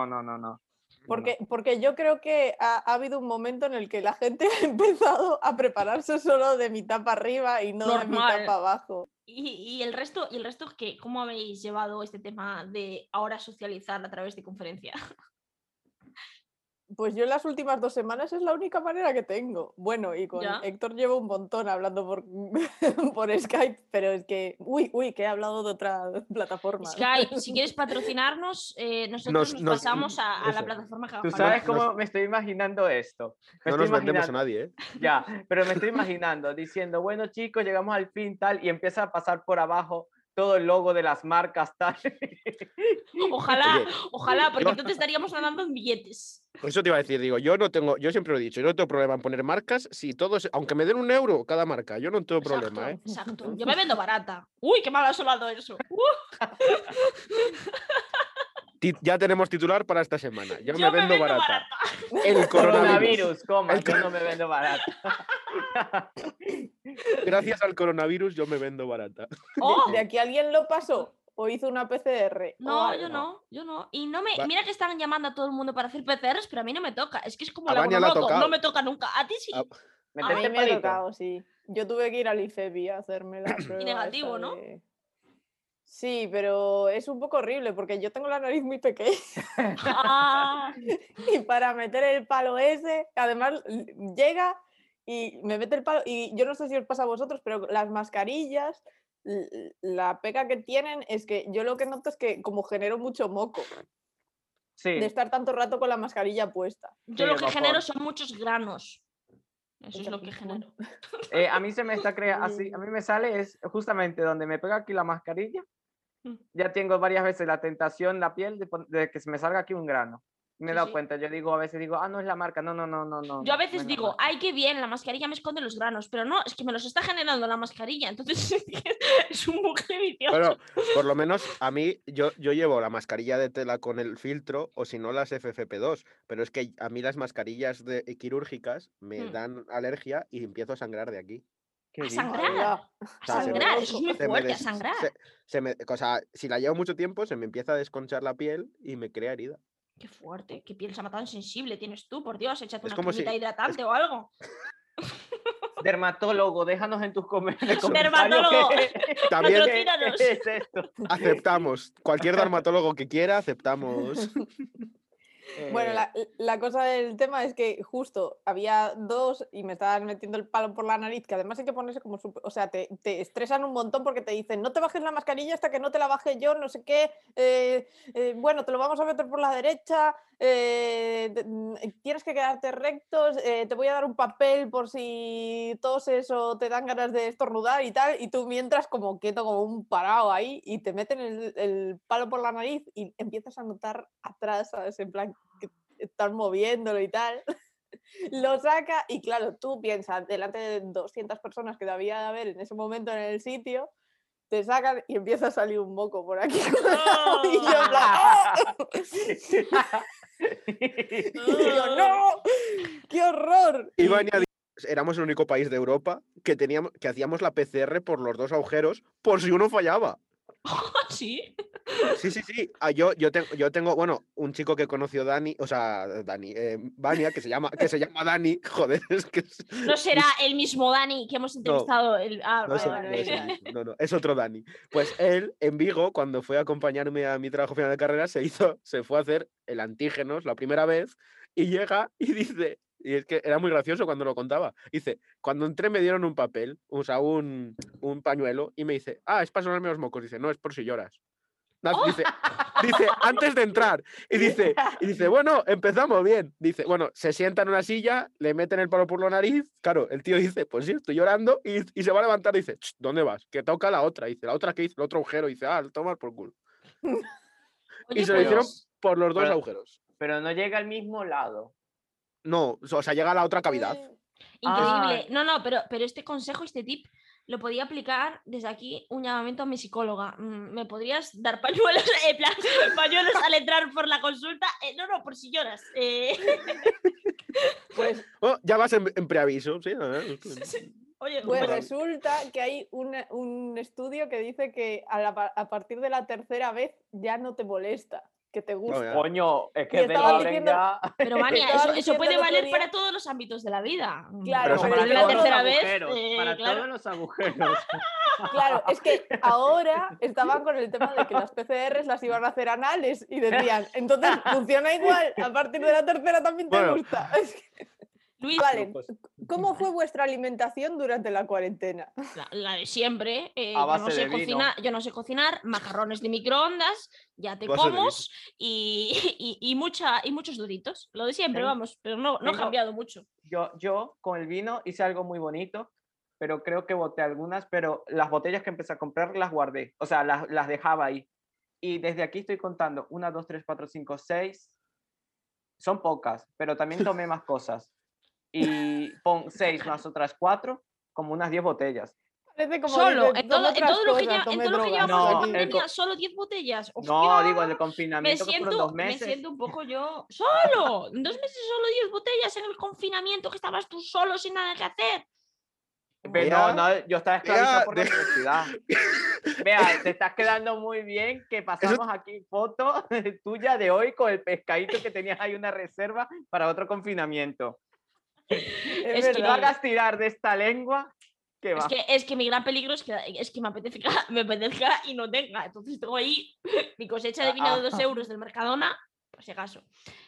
Porque yo creo que ha habido un momento en el que la gente ha empezado a prepararse solo de mitad para arriba y no de mitad Normal. para abajo. ¿Y el resto qué? ¿Cómo habéis llevado este tema de ahora socializar a través de conferencia? Pues yo en las últimas 2 semanas es la única manera que tengo. Bueno, y con ¿Ya? Héctor llevo un montón hablando por, por Skype, pero es que, uy, que he hablado de otra plataforma. Skype, si quieres patrocinarnos, nosotros nos pasamos a la eso. plataforma que ¿Tú haga sabes falta. cómo me estoy imaginando esto? Me No estoy nos vendemos a imaginando, nadie, ¿eh? ya, pero me estoy imaginando diciendo, bueno chicos, llegamos al fin tal, y empieza a pasar por abajo todo el logo de las marcas tal. Ojalá, Oye, ojalá, porque yo- entonces estaríamos ganando en billetes. Eso te iba a decir, digo, yo siempre lo he dicho, yo no tengo problema en poner marcas, si todos, aunque me den €1 cada marca, yo no tengo problema, ¿eh? Exacto. Yo me vendo barata. Uy, qué mal ha sonado eso. Ya tenemos titular para esta semana. Yo me Yo me vendo vendo barata. barata. El coronavirus. Coronavirus, coma, El yo no me vendo barato. Gracias al coronavirus yo me vendo barata. Oh, ¿De aquí alguien lo pasó? ¿O hizo una PCR? o no, algo? yo no. Y no me. Va- Mira que están llamando a todo el mundo para hacer PCRs, pero a mí no me toca. Es que es como A la Vania le ha monomoto, no tocado. me toca nunca. A ti sí. A- A Meterte mí me ha palito. tocado, sí. Yo tuve que ir al IFEBI a hacerme la prueba. negativo, esta ¿no? de- Sí, pero es un poco horrible porque yo tengo la nariz muy pequeña Ah, y para meter el palo ese, además llega y me mete el palo y yo no sé si os pasa a vosotros, pero las mascarillas, la pega que tienen es que yo lo que noto es que como genero mucho moco Sí, de estar tanto rato con la mascarilla puesta. yo Sí, lo que vapor. genero son muchos granos. Eso es Eso, lo que genero. a mí se me está creando así, a mí me sale es justamente donde me pega aquí la mascarilla. Ya tengo varias veces la tentación, la piel, de que se me salga aquí un grano. Me he Sí, dado sí. cuenta, yo digo, a veces digo, no es la marca, no. Yo a no veces es la digo, marca. ay, qué bien, la mascarilla me esconde los granos, pero no, es que me los está generando la mascarilla, entonces es un bucle vicioso. Bueno, por lo menos a mí, yo llevo la mascarilla de tela con el filtro o si no las FFP2, pero es que a mí las mascarillas quirúrgicas me dan alergia y empiezo a sangrar de aquí. ¿Qué A dices? sangrar, Anda. a O sea, se me- sangrar, eso es muy se me fuerte, a des- sangrar. o sea, si la llevo mucho tiempo, se me empieza a desconchar la piel y me crea herida. Qué fuerte, qué piel tan sensible tienes tú, por Dios, échate Es una como cremita si- hidratante o algo. Dermatólogo, déjanos en tus comentarios. Dermatólogo, También patrocínanos. ¿Qué es esto? aceptamos. Cualquier dermatólogo que quiera, aceptamos. Bueno, Eh, la cosa del tema es que justo había 2 y me estaban metiendo el palo por la nariz, que además hay que ponerse como o sea, te estresan un montón porque te dicen, no te bajes la mascarilla hasta que no te la baje yo, no sé qué, bueno, te lo vamos a meter por la derecha, tienes que quedarte rectos, te voy a dar un papel por si toses o te dan ganas de estornudar y tal, y tú mientras como quieto, como un parado ahí, y te meten el palo por la nariz y empiezas a notar atrás, ¿sabes? En plan, que estás moviéndolo y tal. Lo saca y claro, tú piensas, delante de 200 personas que debía de haber en ese momento en el sitio, te sacan y empieza a salir un moco por aquí. Y yo en plan, ¡ah! Y yo, ¡no! ¡Qué horror! Y Vania, éramos el único país de Europa que hacíamos la PCR por los 2 agujeros por si uno fallaba. Sí. Sí. Yo tengo, bueno, un chico que conoció Vania, que se llama Dani. Joder, es que No será el mismo Dani que hemos entrevistado. no es Vale, el vale. mismo, no, es otro Dani. Pues él, en Vigo, cuando fue a acompañarme a mi trabajo final de carrera, se fue a hacer el antígenos la primera vez y llega y dice, y es que era muy gracioso cuando lo contaba, dice, cuando entré me dieron un papel, o sea, un pañuelo, y me dice, es para sonarme los mocos. Dice, no, es por si lloras. Dice, antes de entrar. Y dice, bueno, empezamos bien. Dice, bueno, se sienta en una silla, le meten el palo por la nariz. Claro, el tío dice, pues sí, estoy llorando. Y se va a levantar y dice, ¿dónde vas? Que toca la otra. Dice, ¿la otra qué hizo? El otro agujero. Dice, toma por culo. Oye, Y se lo hicieron pues, por los 2 pero- agujeros. pero no llega al mismo lado. No, o sea, llega a la otra cavidad. increíble. No, pero este consejo, este tip, lo podía aplicar desde aquí un llamamiento a mi psicóloga. ¿Me podrías dar pañuelos, en plan, pañuelos al entrar por la consulta? No, por si lloras. Pues, Ya vas en preaviso, sí. Oye, pues pues, resulta que hay un estudio que dice que a partir de la tercera vez ya no te molesta, que te gusta. ya. Coño, es Y que estaban Delaren diciendo- ya. pero Vania, Estaba eso diciendo puede el otro valer día- para todos los ámbitos de la vida. Claro, Pero eso a para partir de la todos los tercera vez, Para claro. todos los agujeros. Claro, es que ahora estaban con el tema de que las PCRs las iban a hacer anales y decían, entonces funciona igual, a partir de la tercera también te Bueno. gusta. Es que- Luis, Vale, pues, ¿cómo fue vuestra alimentación durante la cuarentena? la de siempre. A base de vino. Yo no sé cocinar, macarrones de microondas, ya te Base de comos y muchos doritos. Lo de siempre, Tengo- vamos, pero no ha tengo- cambiado mucho. Yo con el vino hice algo muy bonito, pero creo que boté algunas, pero las botellas que empecé a comprar las guardé, o sea, las dejaba ahí. Y desde aquí estoy contando, 1, 2, 3, 4, 5, 6, son pocas, pero también tomé más cosas. Y pon 6 más otras 4, como unas 10 botellas. Parece como Solo, dice, en tomé todo, en otras todo lo que, cosas, en tomé todo lo que drogas. llevamos de No, pandemia, solo 10 botellas. No, ¡Hostia! digo, el me confinamiento que fueron 2 me meses. siento un poco yo solo. En 2 meses solo 10 botellas en el confinamiento, que estabas tú solo sin nada que hacer. Pero Vea, no, yo estaba esclavizado por la de- universidad. Vea, te estás quedando muy bien que pasamos aquí foto tuya de hoy con el pescadito que tenías ahí una reserva para otro confinamiento. Es Es que No verdad. hagas tirar de esta lengua que va. Es que mi gran peligro es que me apetezca y no tenga. Entonces tengo ahí mi cosecha de vino de 2 euros del Mercadona, por si acaso.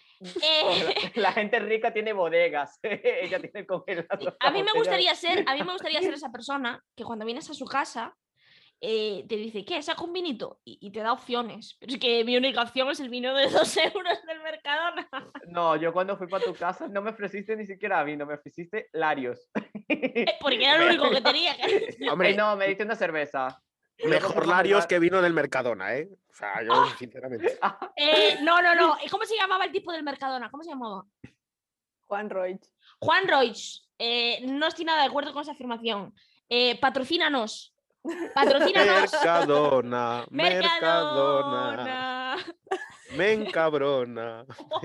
La gente rica tiene bodegas. Ella tiene congelado. A mí me gustaría ser esa persona que cuando vienes a su casa te dice, ¿qué? ¿Saca un vinito? Y te da opciones. Pero es que mi única opción es el vino de 2 euros del Mercadona. No, yo cuando fui para tu casa no me ofreciste ni siquiera vino, me ofreciste Larios. Porque era lo único que tenía. Hombre, No, me diste una cerveza. mejor Larios que vino del Mercadona, ¿eh? O sea, yo sinceramente. No. ¿Cómo se llamaba el tipo del Mercadona? ¿Cómo se llamaba? Juan Roig. Juan Roig. No estoy nada de acuerdo con esa afirmación. Patrocínanos. Patrocínanos. Mercadona, Mercadona, Mercadona. me encabrona.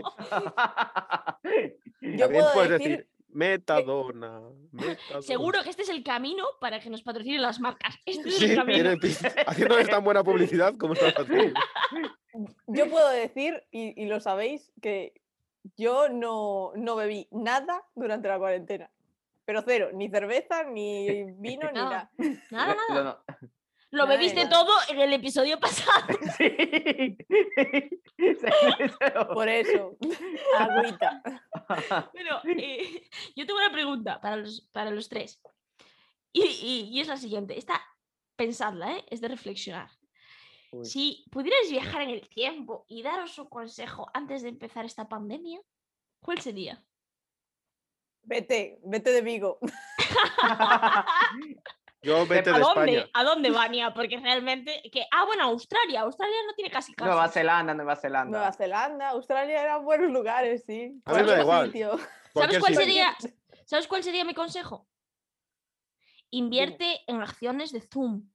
Yo También puedo puedes decir decir Metadona, Metadona. Seguro que este es el camino para que nos patrocinen las marcas. Este es Sí, el camino. haciéndoles tan buena publicidad como estás haciendo. Yo puedo decir, y lo sabéis, que yo no bebí nada durante la cuarentena. Pero cero, ni cerveza, ni vino, ni Nada. nada. Nada. Lo Nada de bebiste nada. todo en el episodio pasado. Sí. Por eso, agüita. Bueno, yo tengo una pregunta para los tres. Y es la siguiente. Pensadla, ¿eh? Es de reflexionar. Uy. Si pudierais viajar en el tiempo y daros un consejo antes de empezar esta pandemia, ¿cuál sería? Vete de Vigo. Yo vete ¿A de dónde? España. ¿A dónde, Vania? Porque realmente... bueno, Australia. Australia no tiene casi casos. Nueva Zelanda. Nueva Zelanda, Australia eran buenos lugares, sí. A mí me da Cualquier igual. sitio. ¿Sabes Cualquier cuál sitio. ¿Sabes cuál sería mi consejo? Invierte en acciones de Zoom.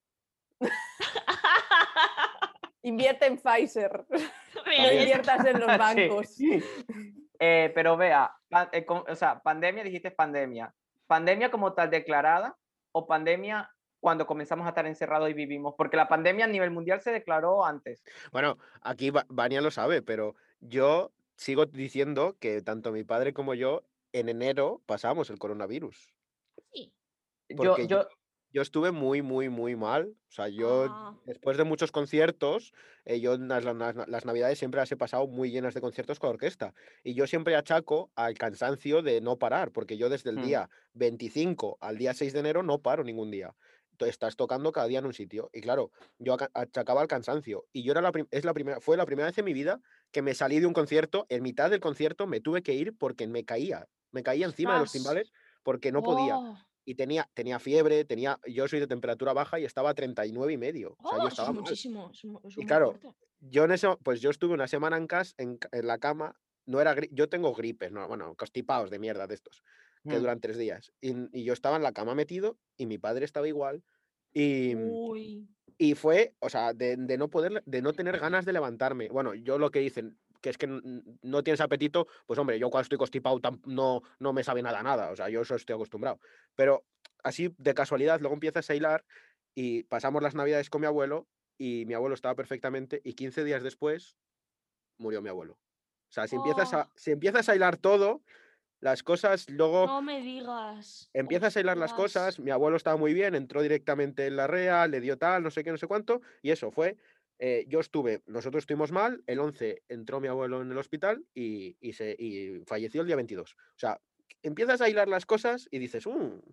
Invierte en Pfizer. No Bien. inviertas en los bancos. Sí. Pero vea, o sea, pandemia, dijiste pandemia. ¿Pandemia como tal declarada o pandemia cuando comenzamos a estar encerrados y vivimos? Porque la pandemia a nivel mundial se declaró antes. Bueno, aquí Vania lo sabe, pero yo sigo diciendo que tanto mi padre como yo en enero pasamos el coronavirus. Sí. Porque Yo, yo estuve muy, muy, muy mal. O sea, yo después de muchos conciertos, yo las navidades siempre las he pasado muy llenas de conciertos con orquesta. Y yo siempre achaco al cansancio de no parar, porque yo desde el día 25 al día 6 de enero no paro ningún día. Estás tocando cada día en un sitio. Y claro, yo achacaba al cansancio. Y yo fue la primera vez en mi vida que me salí de un concierto, en mitad del concierto me tuve que ir porque me caía. Me caía encima de los Ostras. timbales porque no podía. Oh, Y tenía fiebre, yo soy de temperatura baja y estaba a 39,5. O sea, yo eso estaba es mal. muchísimo. Eso es Y muy claro, fuerte. yo estuve una semana en casa, en la cama, no era yo tengo gripes, no, bueno, constipados de mierda de estos, que duran 3 días. Y yo estaba en la cama metido y mi padre estaba igual. Uy. Y fue, o sea, de no tener ganas de levantarme. Bueno, yo lo que dicen, que es que no tienes apetito, pues hombre, yo cuando estoy constipado no me sabe nada. O sea, yo eso estoy acostumbrado. Pero así, de casualidad, luego empiezas a hilar y pasamos las navidades con mi abuelo y mi abuelo estaba perfectamente y 15 días después murió mi abuelo. O sea, si empiezas a hilar todo, las cosas luego No me digas. empiezas a hilar las Ostras. cosas. Mi abuelo estaba muy bien, entró directamente en la REA, le dio tal, no sé qué, no sé cuánto, y eso fue. Nosotros estuvimos mal, el 11 entró mi abuelo en el hospital y falleció el día 22. O sea, empiezas a hilar las cosas y dices,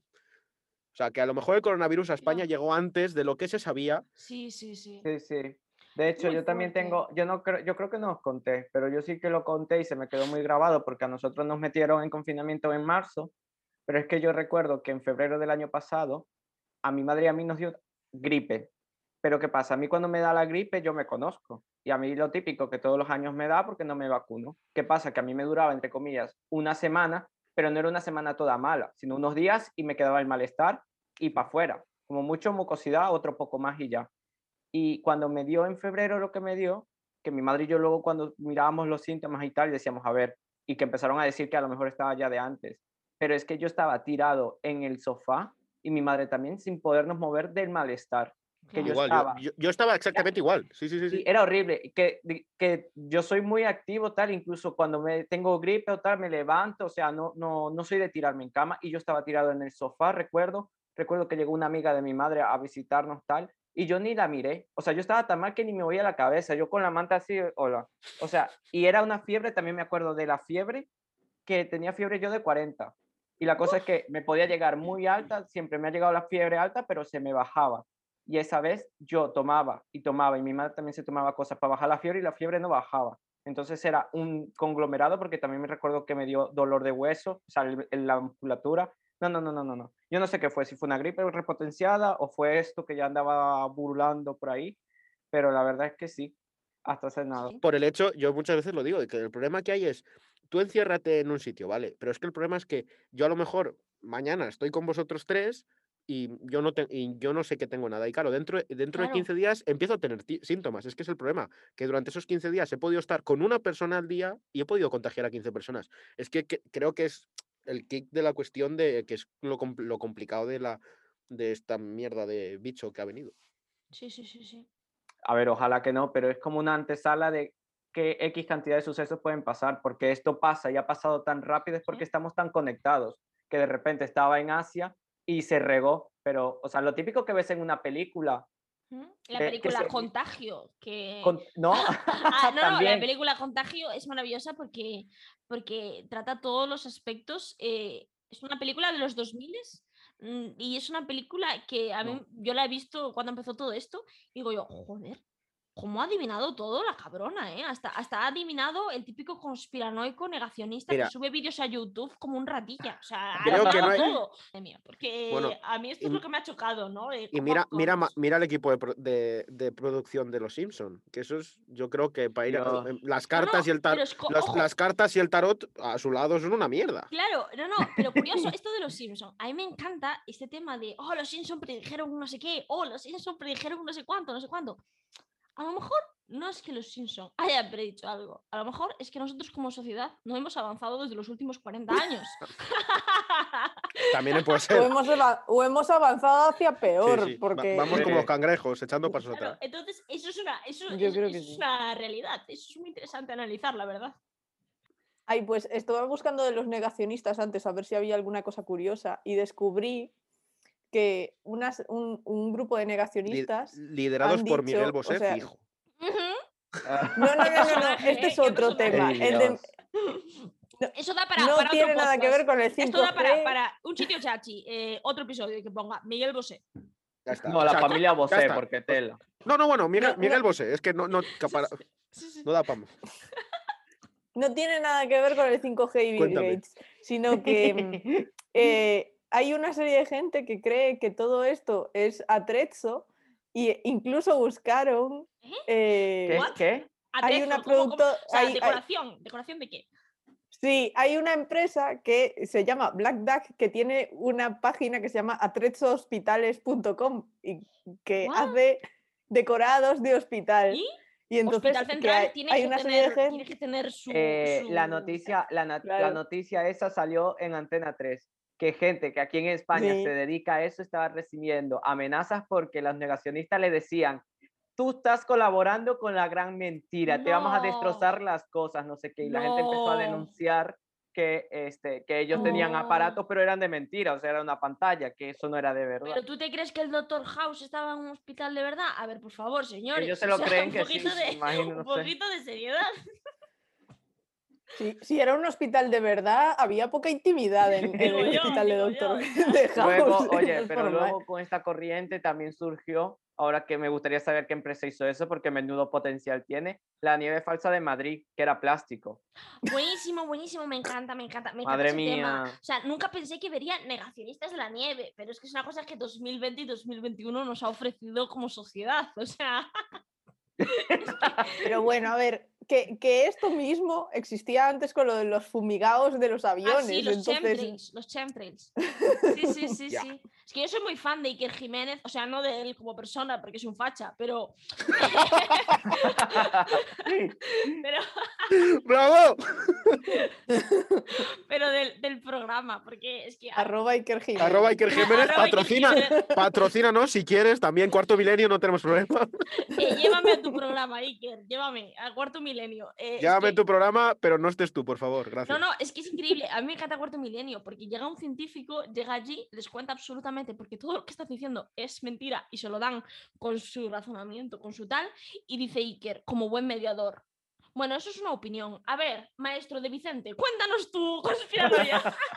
O sea, que a lo mejor el coronavirus a España Ya. llegó antes de lo que se sabía. Sí, sí, sí. Sí, sí. De hecho, Muy yo también fuerte. tengo, yo creo que no os conté, pero yo sí que lo conté y se me quedó muy grabado porque a nosotros nos metieron en confinamiento en marzo, pero es que yo recuerdo que en febrero del año pasado a mi madre y a mí nos dio gripe. Pero ¿qué pasa? A mí cuando me da la gripe yo me conozco y a mí lo típico que todos los años me da porque no me vacuno. ¿Qué pasa? Que a mí me duraba, entre comillas, una semana, pero no era una semana toda mala, sino unos días y me quedaba el malestar y para afuera. Como mucho mucosidad, otro poco más y ya. Y cuando me dio en febrero lo que me dio, que mi madre y yo luego cuando mirábamos los síntomas y tal, decíamos, a ver, y que empezaron a decir que a lo mejor estaba ya de antes. Pero es que yo estaba tirado en el sofá y mi madre también sin podernos mover del malestar. Qué Que yo Igual, asco. estaba, yo estaba exactamente igual. Sí, sí, sí, sí, sí. era horrible. Que yo soy muy activo, tal, incluso cuando me tengo gripe o tal, me levanto, o sea, no soy de tirarme en cama y yo estaba tirado en el sofá, recuerdo que llegó una amiga de mi madre a visitarnos, tal, y yo ni la miré, o sea, yo estaba tan mal que ni me voy a la cabeza, yo con la manta así, hola, o sea, y era una fiebre, también me acuerdo de la fiebre, que tenía fiebre yo de 40, y la cosa es que me podía llegar muy alta, siempre me ha llegado la fiebre alta, pero se me bajaba. Y esa vez yo tomaba y tomaba, y mi madre también se tomaba cosas para bajar la fiebre y la fiebre no bajaba. Entonces era un conglomerado porque también me recuerdo que me dio dolor de hueso, o sea, en la musculatura. No. Yo no sé qué fue, si fue una gripe repotenciada o fue esto que ya andaba burlando por ahí, pero la verdad es que sí, hasta hace nada. Sí. Por el hecho, yo muchas veces lo digo, de que el problema que hay es, tú enciérrate en un sitio, ¿vale? Pero es que el problema es que yo a lo mejor mañana estoy con vosotros tres y yo no sé que tengo nada. Y claro, dentro de Claro. 15 días empiezo a tener síntomas. Es que es el problema, que durante esos 15 días he podido estar con una persona al día y he podido contagiar a 15 personas. Es que creo que es el kick de la cuestión de que es lo complicado de esta mierda de bicho que ha venido. Sí, sí, sí, sí. A ver, ojalá que no, pero es como una antesala de qué X cantidad de sucesos pueden pasar, porque esto pasa y ha pasado tan rápido es porque Sí. estamos tan conectados, que de repente estaba en Asia y se regó, pero, o sea, lo típico que ves en una película, La que película se, Contagio, que... ¿no? No, la También, película Contagio es maravillosa porque trata todos los aspectos. Es una película de los 2000 y es una película que a mí, no. yo la he visto cuando empezó todo esto y digo yo, joder, ¿cómo ha adivinado todo la cabrona, eh? Hasta ha adivinado el típico conspiranoico negacionista que Mira, sube vídeos a YouTube como un ratilla. O sea, ha creo que no adivinado hay... todo. Madre mía, porque Bueno, a mí esto es lo que me ha chocado, ¿no? y ¿Cómo actuamos? mira el equipo de producción de Los Simpson, que eso es, yo creo que para ir Dios. las No, cartas y no, el pero las ojo, cartas y el tarot a su lado son una mierda. claro, no, pero curioso, esto de los Simpsons. A mí me encanta este tema de, oh, los Simpsons predijeron no sé qué, oh, los Simpsons predijeron no sé cuánto, no sé cuánto. A lo mejor no es que los Simpsons hayan predicho algo. A lo mejor es que nosotros como sociedad no hemos avanzado desde los últimos 40 años. También puede O ser. o hemos avanzado hacia Sí, peor, sí. porque Vamos como los cangrejos, echando pasos Claro, atrás. entonces eso es yo creo eso que es sí. una realidad. Eso es muy interesante analizar, la verdad. Ay, pues estuve buscando de los negacionistas antes a ver si había alguna cosa curiosa y descubrí que un grupo de negacionistas Liderados han por Miguel dicho, o Bosé, sea, fijo. no, Qué este es personaje, otro qué tema. Ey, El de, Dios. no, Eso da no para otro tiene nada que ver podcast. con el Esto da 5G. para un sitio chachi, otro episodio que ponga Miguel Bosé. Ya está. No, O la sea, familia ya Bosé, está. porque Pues, tela. no, bueno, No, Miguel Bosé, es que no Sí, sí. da para más. no tiene nada que ver con el 5G y Bill Cuéntame. Gates, sino que hay una serie de gente que cree que todo esto es atrezzo e incluso buscaron... ¿Qué? What? ¿Qué? hay Atrezo, una ¿cómo? O sea, hay, ¿decoración de qué? sí, hay una empresa que se llama Black Duck que tiene una página que se llama atrezzohospitales.com y que What? hace decorados de hospital. ¿Y? Y entonces Hospital que Central tiene hay que una serie de tiene que gente... tener su... La noticia, la Claro, noticia esa salió en Antena 3, que gente que aquí en España se sí. dedica a eso estaba recibiendo amenazas porque los negacionistas le decían, tú estás colaborando con la gran mentira, te vamos a No, destrozar las cosas, no sé qué, y la gente empezó a no. denunciar que ellos tenían aparatos, pero eran de mentira, o sea, era una pantalla, que eso no era de verdad. ¿Pero tú te crees que el Dr. House estaba en un hospital de verdad? A ver, por favor, señores. Ellos se lo creen un que poquito sí, de, imagino, un no sé. poquito de seriedad. Si era un hospital de verdad, había poca intimidad en el hospital de Doctor House. Luego, oye, pero luego con esta corriente también surgió, ahora que me gustaría saber qué empresa hizo eso, porque menudo potencial tiene, la nieve falsa de Madrid, que era plástico. Buenísimo, buenísimo, me encanta Madre ese mía. tema. O sea, nunca pensé que vería negacionistas de la nieve, pero es que es una cosa que 2020 y 2021 nos ha ofrecido como sociedad, o sea... Pero bueno, a ver, que esto mismo existía antes con lo de los fumigados de los aviones. Sí, los entonces... chemtrails. Sí. Es que yo soy muy fan de Iker Jiménez, o sea, no de él como persona, porque es un facha, pero... ¡Bravo! Pero del programa, porque es que... @Iker Jiménez. @Iker Jiménez, patrocínanos si quieres, también Cuarto Milenio, no tenemos problema. Llévame a tu programa, Iker, llévame a Cuarto Milenio. Llévame a tu programa, pero no estés tú, por favor, gracias. No, es que es increíble, a mí me encanta Cuarto Milenio, porque llega un científico, llega allí, les cuenta absolutamente, porque todo lo que estás diciendo es mentira, y se lo dan con su razonamiento, con su tal, y dice Iker, como buen mediador: bueno, eso es una opinión. A ver, maestro de Vicente, cuéntanos tu conspiranoia.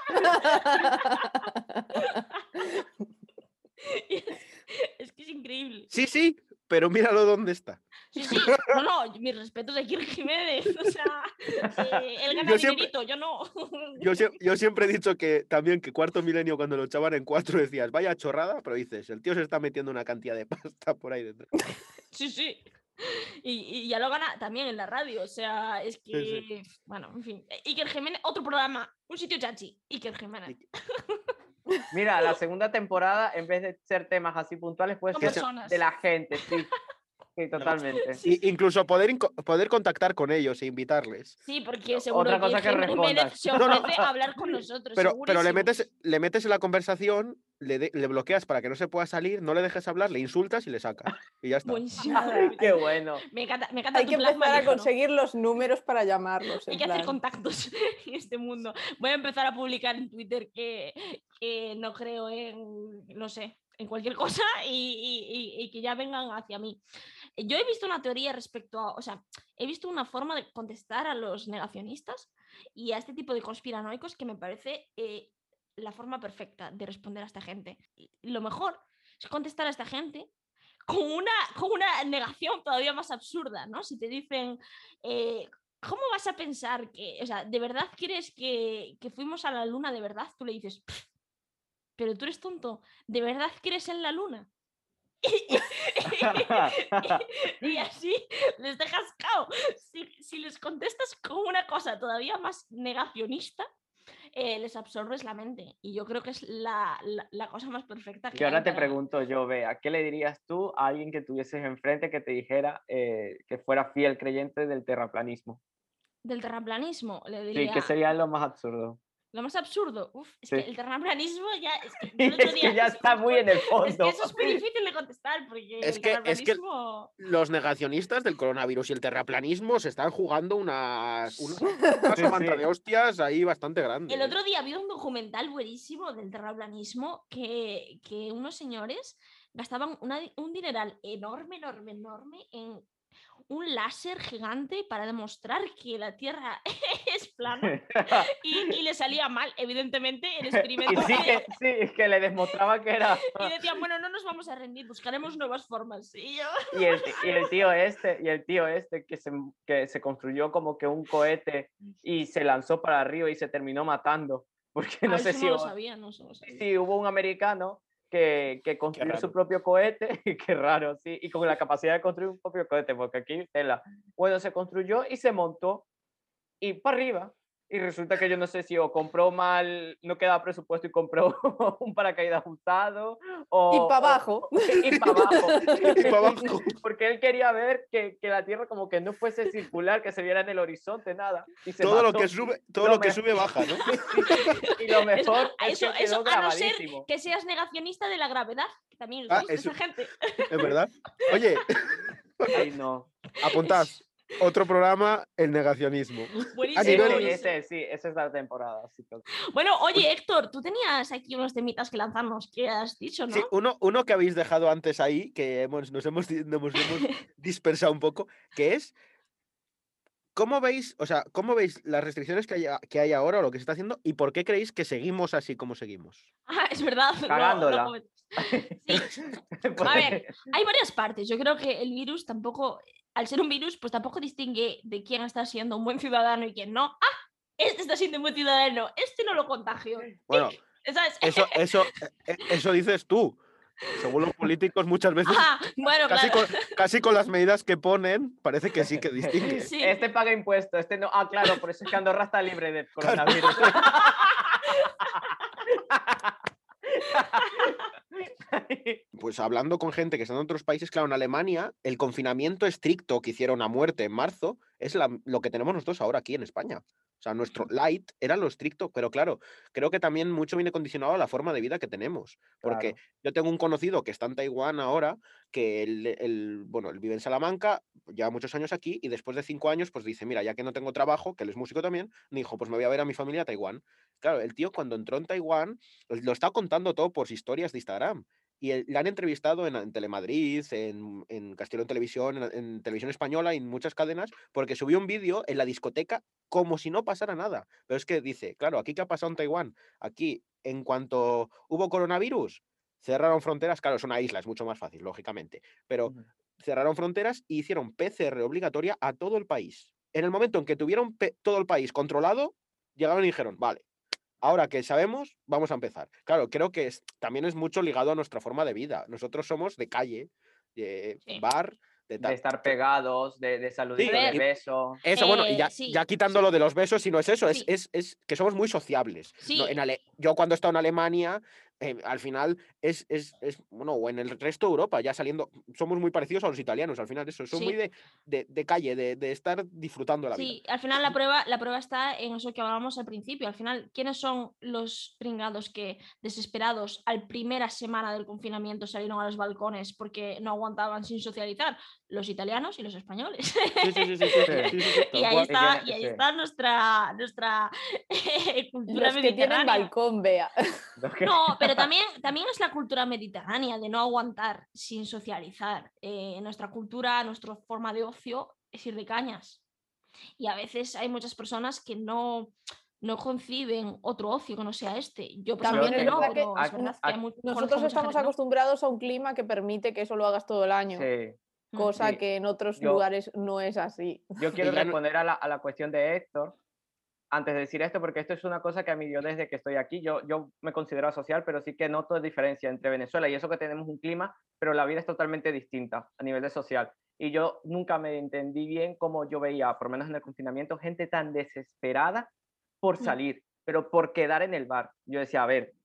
Es que es increíble. Sí, pero míralo dónde está. Sí. No, mis respetos de Iker Jiménez. O sea, él gana dinerito, yo no. Yo siempre he dicho que también que Cuarto Milenio, cuando lo echaban en 4, decías, vaya chorrada, pero dices, el tío se está metiendo una cantidad de pasta por ahí dentro. Sí. Y ya lo gana también en la radio, o sea, es que... Sí. Bueno, en fin. Iker Jiménez, otro programa, un sitio chachi, Iker Jiménez. Mira, la segunda temporada, en vez de ser temas así puntuales, puede ser de la gente, sí. Sí, totalmente. Sí. Incluso poder contactar con ellos e invitarles. Sí, porque seguro otra cosa que Jiménez se ofrece a hablar con nosotros. Pero le metes en la conversación, le bloqueas para que no se pueda salir, no le dejes hablar, le insultas y le sacas. Y ya está. Buenísimo. Qué bueno. Me encanta. Hay que empezar a conseguir los números para llamarlos. Hay que hacer contactos en este mundo. Voy a empezar a publicar en Twitter que no creo en, no sé, en cualquier cosa y que ya vengan hacia mí. Yo he visto una teoría respecto a, o sea, he visto una forma de contestar a los negacionistas y a este tipo de conspiranoicos que me parece la forma perfecta de responder a esta gente. Lo mejor es contestar a esta gente con una negación todavía más absurda, ¿no? Si te dicen, ¿cómo vas a pensar que, o sea, de verdad quieres que fuimos a la luna de verdad? Tú le dices, pero tú eres tonto, ¿de verdad crees en la luna? Y así les dejas cao. Si les contestas con una cosa todavía más negacionista, les absorbes la mente. Y yo creo que es la cosa más perfecta que Y ahora hay te para... pregunto yo, Bea, ¿qué le dirías tú a alguien que tuvieses enfrente que te dijera que fuera fiel creyente del terraplanismo? Del terraplanismo, le diría... Sí, ¿qué sería lo más absurdo? Lo más absurdo, es Sí. que el terraplanismo ya... Es que, Es que ya está muy en el fondo. Es que eso es muy difícil de contestar porque Es el que terraplanismo... los negacionistas del coronavirus y el terraplanismo se están jugando una manta de hostias ahí bastante grande. El otro día vi un documental buenísimo del terraplanismo que unos señores gastaban un dineral enorme en un láser gigante para demostrar que la Tierra es plana y le salía mal, evidentemente, el experimento. Sí, que le demostraba que era... Y decían, bueno, no nos vamos a rendir, buscaremos nuevas formas. Y el tío este que se construyó como que un cohete y se lanzó para arriba y se terminó matando. Porque no sé si... No lo sabía. Sí, hubo un americano que construyó su propio cohete, qué raro, sí, y con la capacidad de construir un propio cohete, porque aquí tela. Bueno, se construyó y se montó y para arriba. Y resulta que yo no sé si o compró mal, no quedaba presupuesto y compró un paracaídas usado y para abajo. Y para abajo. Y para abajo. Porque él quería ver que la Tierra como que no fuese circular, que se viera en el horizonte, nada. Y se todo mató. lo que sube baja, ¿no? Y lo mejor eso, que quedó a no ser grabadísimo. que seas negacionista de la gravedad, que también es esa gente. Es verdad. Oye, Ay, no. apuntad. Otro programa, el negacionismo. Buenísimo, nivel- buenísimo. Sí, esa es la temporada. Así que... Bueno, oye, Héctor, tú tenías aquí unos temitas que lanzarnos, que has dicho, ¿no? Sí, uno que habéis dejado antes ahí, que nos hemos dispersado un poco, que es, ¿cómo veis las restricciones que hay ahora o lo que se está haciendo y por qué creéis que seguimos así como seguimos? Ah, es verdad. Cagándola. Sí. A ver, hay varias partes. Yo creo que el virus tampoco, al ser un virus, pues tampoco distingue de quién está siendo un buen ciudadano y quién no. ¡Ah! Este está siendo un buen ciudadano, este no lo contagio. Bueno, ¿Sabes? eso dices tú. Según los políticos, muchas veces, Bueno, casi, claro. casi con las medidas que ponen, parece que sí que distingue. Sí. Este paga impuestos, este no. Ah, claro, por eso es que Andorra está libre de coronavirus. Pues hablando con gente que está en otros países, claro, en Alemania, el confinamiento estricto que hicieron a muerte en marzo es lo que tenemos nosotros ahora aquí en España. O sea, nuestro light era lo estricto, pero claro, creo que también mucho viene condicionado a la forma de vida que tenemos. Porque Claro. yo tengo un conocido que está en Taiwán ahora, que bueno, él vive en Salamanca, lleva muchos años aquí, y después de 5 años, pues dice, mira, ya que no tengo trabajo, que él es músico también, dijo, pues me voy a ver a mi familia a Taiwán. Claro, el tío cuando entró en Taiwán, lo está contando todo por historias de Instagram. Y le han entrevistado en Telemadrid, en Castellón Televisión, en Televisión Española y en muchas cadenas, porque subió un vídeo en la discoteca como si no pasara nada. Pero es que dice, claro, ¿aquí qué ha pasado en Taiwán? Aquí, en cuanto hubo coronavirus, cerraron fronteras, claro, es una isla, es mucho más fácil, lógicamente, pero cerraron fronteras y hicieron PCR obligatoria a todo el país. En el momento en que tuvieron todo el país controlado, llegaron y dijeron, vale, ahora que sabemos, vamos a empezar. Claro, creo que también es mucho ligado a nuestra forma de vida. Nosotros somos de calle, de bar, de tal. De estar pegados, de saludito, Sí, de beso. Eso, bueno, y sí, ya quitando lo de los besos, si no es eso, sí. es que somos muy sociables. Sí. No, yo cuando he estado en Alemania, al final bueno, o en el resto de Europa, ya saliendo, somos muy parecidos a los italianos, al final eso, son muy de calle, de estar disfrutando la vida. Sí, al final la prueba está en eso que hablábamos al principio. Al final, ¿quiénes son los pringados que, desesperados, al primera semana del confinamiento salieron a los balcones porque no aguantaban sin socializar? Los italianos y los españoles. Sí. Y ahí está nuestra cultura Los que tienen mediterránea. balcón, vea. No, pero también es la cultura mediterránea de no aguantar sin socializar. Nuestra cultura, nuestra forma de ocio es ir de cañas. Y a veces hay muchas personas que no conciben otro ocio que no sea este. Yo personalmente También es no, verdad pero que es verdad que hay nosotros estamos acostumbrados a un clima que permite que eso lo hagas todo el año. Sí. Cosa Sí. que en otros lugares no es así. Yo quiero responder a la cuestión de Héctor antes de decir esto, porque esto es una cosa que a mí, yo desde que estoy aquí, yo me considero social, pero sí que noto diferencia entre Venezuela y eso que tenemos un clima, pero la vida es totalmente distinta a nivel de social. Y yo nunca me entendí bien cómo yo veía, por lo menos en el confinamiento, gente tan desesperada por salir, pero por quedar en el bar. Yo decía, a ver,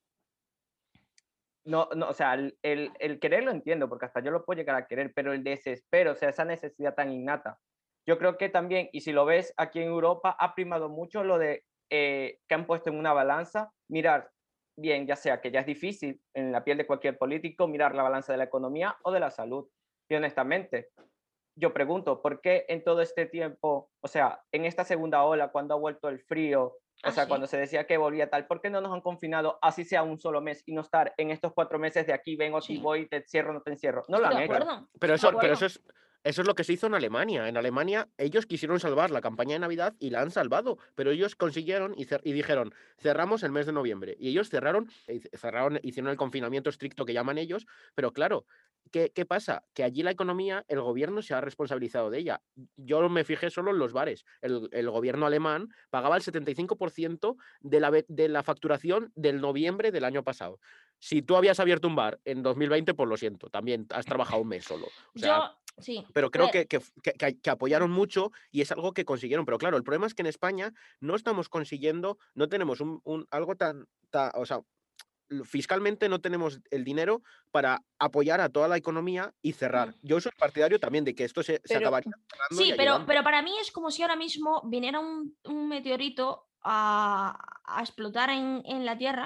no, o sea, el querer lo entiendo, porque hasta yo lo puedo llegar a querer, pero el desespero, o sea, esa necesidad tan innata. Yo creo que también, y si lo ves aquí en Europa, ha primado mucho lo de que han puesto en una balanza, mirar bien, ya sea que ya es difícil en la piel de cualquier político, mirar la balanza de la economía o de la salud. Y honestamente, yo pregunto, ¿por qué en todo este tiempo, o sea, en esta segunda ola, cuando ha vuelto el frío, o sea, cuando se decía que volvía tal, ¿por qué no nos han confinado así sea un solo mes y no estar en estos 4 meses de aquí vengo, aquí voy, te encierro, no te encierro? No lo han hecho. Pero eso es lo que se hizo en Alemania. En Alemania ellos quisieron salvar la campaña de Navidad y la han salvado, pero ellos consiguieron y dijeron, cerramos el mes de noviembre. Y ellos cerraron, hicieron el confinamiento estricto que llaman ellos, pero claro, ¿qué pasa? Que allí la economía, el gobierno se ha responsabilizado de ella. Yo me fijé solo en los bares. El gobierno alemán pagaba el 75% de la facturación del noviembre del año pasado. Si tú habías abierto un bar en 2020, pues lo siento, también has trabajado un mes solo. O sea, pero creo que apoyaron mucho y es algo que consiguieron. Pero claro, el problema es que en España no estamos consiguiendo, no tenemos algo o sea, fiscalmente no tenemos el dinero para apoyar a toda la economía y cerrar. Yo soy partidario también de que esto se acabaría cerrando. Sí, pero para mí es como si ahora mismo viniera un meteorito a explotar en la Tierra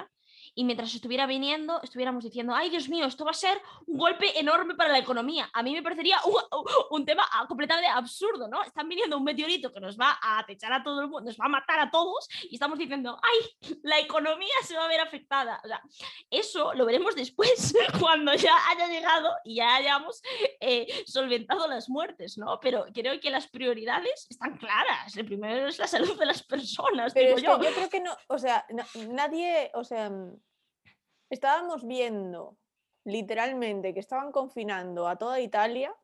y mientras estuviera viniendo, estuviéramos diciendo, ay Dios mío, esto va a ser un golpe enorme para la economía. A mí me parecería un tema completamente absurdo, ¿no? Están viniendo un meteorito que nos va a acechar a todo el mundo, nos va a matar a todos y estamos diciendo, ay, la economía se va a ver afectada. O sea, eso lo veremos después, cuando ya haya llegado y ya hayamos solventado las muertes, ¿no? Pero creo que las prioridades están claras. El primero es la salud de las personas. Pero digo es yo. que yo creo que no, o sea, nadie, o sea, estábamos viendo literalmente que estaban confinando a toda Italia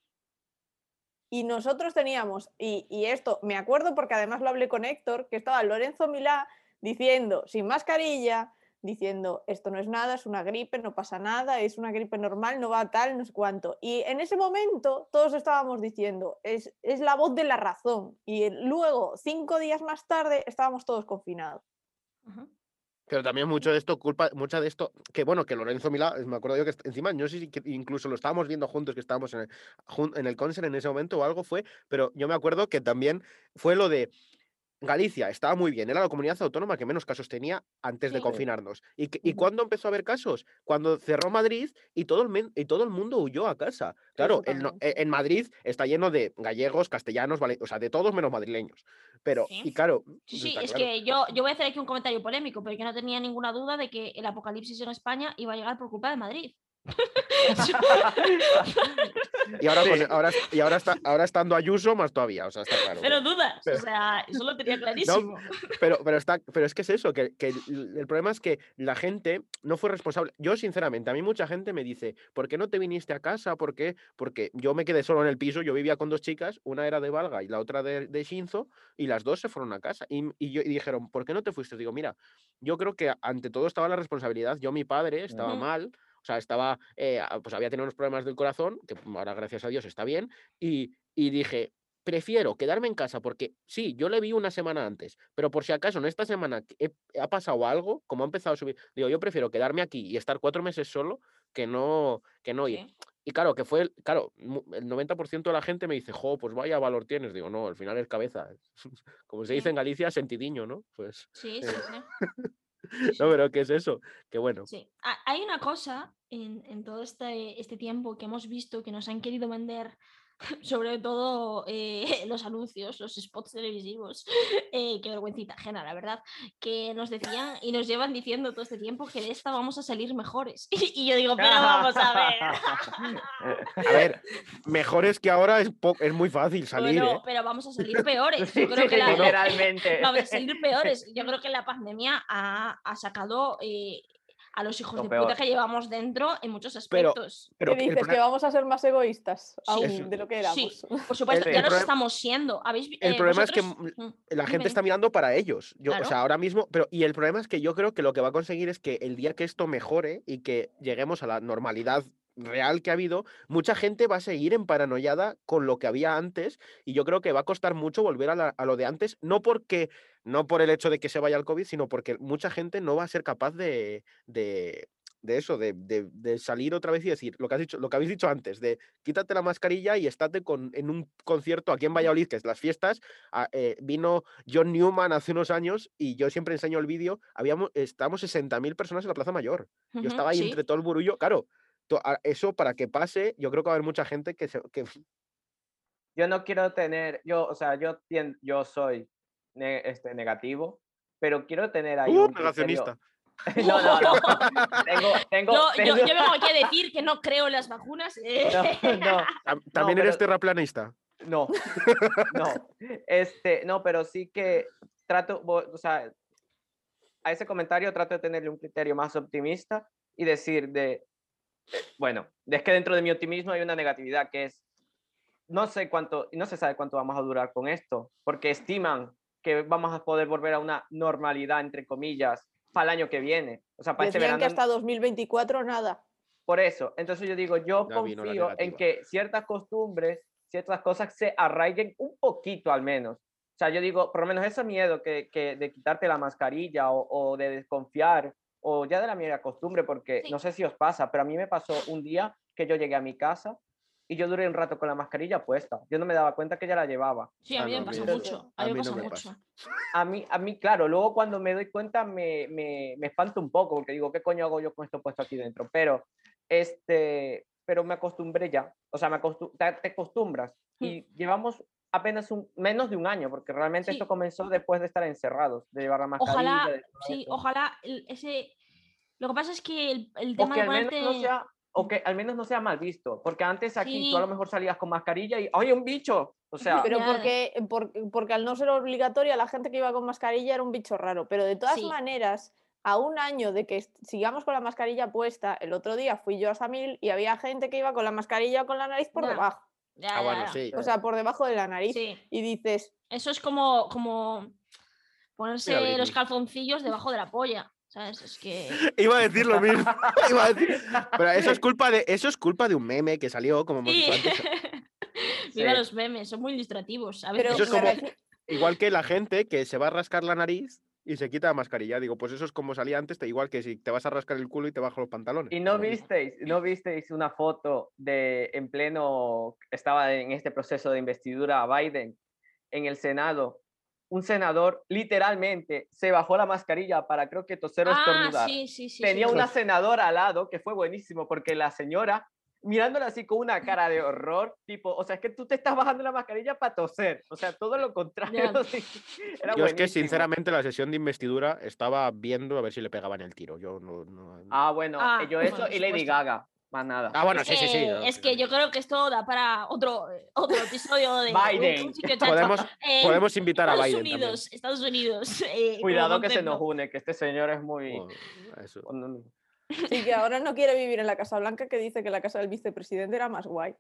y nosotros teníamos, y esto me acuerdo porque además lo hablé con Héctor, que estaba Lorenzo Milá diciendo, sin mascarilla, diciendo, esto no es nada, es una gripe, no pasa nada, es una gripe normal, no va a tal, no sé cuánto. Y en ese momento todos estábamos diciendo, es la voz de la razón. Y luego, 5 días más tarde, estábamos todos confinados. Uh-huh. Pero también mucha de esto, que bueno, que Lorenzo Milá, me acuerdo yo que encima, no sé si incluso lo estábamos viendo juntos, que estábamos en el Concert en ese momento o algo fue, pero yo me acuerdo que también fue lo de Galicia, estaba muy bien, era la comunidad autónoma que menos casos tenía antes de Sí. confinarnos. ¿Y cuándo empezó a haber casos? Cuando cerró Madrid y todo el mundo huyó a casa. Claro, en Madrid está lleno de gallegos, castellanos, o sea, de todos menos madrileños. Pero, Sí. y claro, Sí, está es claro. que yo voy a hacer aquí un comentario polémico, pero yo no tenía ninguna duda de que el apocalipsis en España iba a llegar por culpa de Madrid. Y ahora estando Ayuso, más todavía, o sea, está claro. Pero dudas, o sea, eso lo tenía clarísimo. No, pero es que es eso, que el problema es que la gente no fue responsable. Yo, sinceramente, a mí mucha gente me dice, ¿por qué no te viniste a casa? ¿Por qué? Porque yo me quedé solo en el piso, yo vivía con 2 chicas, una era de Valga y la otra de Shinzo, y las dos se fueron a casa. Y dijeron, ¿por qué no te fuiste? Digo, mira, yo creo que ante todo estaba la responsabilidad. Mi padre estaba mal, o sea, estaba, pues había tenido unos problemas del corazón, que ahora gracias a Dios está bien, y dije, prefiero quedarme en casa porque sí, yo le vi una semana antes, pero por si acaso en esta semana ha pasado algo, como ha empezado a subir, digo, yo prefiero quedarme aquí y estar 4 meses solo que no ir. Sí. Y claro, el 90% de la gente me dice, jo, pues vaya valor tienes. Digo, no, al final es cabeza. Como se dice en Galicia, sentidiño, ¿no? Pues. Sí, sí, sí. No, pero ¿qué es eso? Que bueno. Sí. Hay una cosa en todo este tiempo que hemos visto que nos han querido vender, sobre todo los anuncios, los spots televisivos, qué vergüencita ajena, la verdad, que nos decían y nos llevan diciendo todo este tiempo que de esta vamos a salir mejores. Y yo digo, pero vamos a ver. A ver, mejores que ahora es muy fácil salir, Bueno, ¿eh? pero vamos a salir peores. Sí, Yo creo que literalmente. vamos a salir peores. Yo creo que la pandemia ha sacado a los hijos Lo de peor. puta que llevamos dentro en muchos aspectos. Pero ¿Qué dices? ¿Que vamos a ser más egoístas aún Sí. de lo que éramos? Sí, por supuesto, ya los estamos siendo. El problema es que vosotros- la gente dime. está mirando para ellos. Claro. O sea, ahora mismo, y el problema es que yo creo que lo que va a conseguir es que el día que esto mejore y que lleguemos a la normalidad real que ha habido, mucha gente va a seguir emparanoiada con lo que había antes y yo creo que va a costar mucho volver a lo de antes, no por el hecho de que se vaya el COVID, sino porque mucha gente no va a ser capaz de eso, de salir otra vez y decir lo que habéis dicho antes, de quítate la mascarilla y estate en un concierto aquí en Valladolid, que es las fiestas. Vino John Newman hace unos años y yo siempre enseño el vídeo, estábamos 60.000 personas en la Plaza Mayor. Yo estaba ahí entre todo el burullo, claro. Eso para que pase, yo creo que va a haber mucha gente que Yo no quiero tener, o sea, yo soy negativo, pero quiero tener ahí un negacionista. No. Yo vengo aquí a decir que no creo en las vacunas. ¿También eres terraplanista? No. No, pero sí que trato, o sea, a ese comentario trato de tenerle un criterio más optimista y decir bueno, es que dentro de mi optimismo hay una negatividad que es, no se sabe cuánto vamos a durar con esto, porque estiman que vamos a poder volver a una normalidad, entre comillas, para el año que viene. O sea, para este verano. Que hasta 2024 nada. Por eso, entonces yo digo, yo confío en que ciertas costumbres, ciertas cosas se arraiguen un poquito al menos. O sea, yo digo, por lo menos ese miedo que de quitarte la mascarilla o de desconfiar, o ya de la mera costumbre, porque no sé si os pasa, pero a mí me pasó un día que yo llegué a mi casa y yo duré un rato con la mascarilla puesta. Yo no me daba cuenta que ya la llevaba. Sí, a mí me pasa mucho. A mí me pasa mucho. A mí, claro, luego cuando me doy cuenta me espanto un poco, porque digo, ¿qué coño hago yo con esto puesto aquí dentro? Pero me acostumbré ya. O sea, te acostumbras. Y llevamos apenas menos de un año, porque realmente esto comenzó después de estar encerrados, de llevar la mascarilla. Ojalá Lo que pasa es que el tema de ponerte... O que al menos no sea mal visto, porque antes aquí tú a lo mejor salías con mascarilla y ¡ay, un bicho! O sea, pero porque al no ser obligatoria la gente que iba con mascarilla era un bicho raro, pero de todas maneras, a un año de que sigamos con la mascarilla puesta, el otro día fui yo a Samil y había gente que iba con la mascarilla con la nariz por debajo. Bueno, sí. O sea, por debajo de la nariz. Y dices... Eso es como ponerse los calzoncillos debajo de la polla. ¿Sabes? Es que... Iba a decir lo mismo. Pero eso es culpa de un meme que salió, como hemos dicho antes. Viva los memes, son muy ilustrativos. A veces. Pero eso es como igual que la gente que se va a rascar la nariz y se quita la mascarilla. Digo, pues eso es como salía antes, igual que si te vas a rascar el culo y te bajas los pantalones. ¿Y no visteis una foto estaba en este proceso de investidura a Biden en el Senado? Un senador literalmente se bajó la mascarilla para, creo que toser o estornudar. Tenía una senadora al lado, que fue buenísimo, porque la señora, mirándola así con una cara de horror, tipo, o sea, es que tú te estás bajando la mascarilla para toser. O sea, todo lo contrario. Sí. Era yo buenísimo. Es que, sinceramente, la sesión de investidura estaba viendo a ver si le pegaban el tiro. Yo no... yo eso y Lady Gaga. Más nada. Bueno, sí. Es que yo creo que esto da para otro episodio de Biden. Podemos invitar a Biden también. Estados Unidos. Cuidado que se nos une, que este señor es muy... Sí, que ahora no quiere vivir en la Casa Blanca, que dice que la casa del vicepresidente era más guay.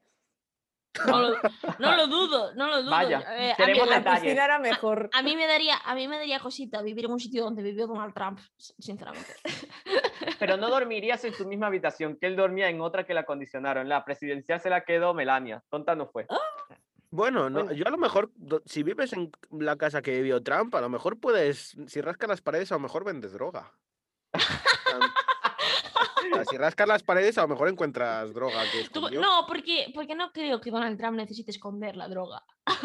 No lo dudo. Vaya, la piscina era mejor. A mí me daría cosita vivir en un sitio donde vivió Donald Trump, sinceramente. Pero no dormirías en tu misma habitación, que él dormía en otra que la acondicionaron. La presidencial se la quedó Melania. Tonta no fue. Bueno, yo a lo mejor, si vives en la casa que vivió Trump, a lo mejor puedes, si rascas las paredes, a lo mejor vendes droga. Si rascas las paredes, a lo mejor encuentras droga que escondió. No, porque no creo que Donald Trump necesite esconder la droga.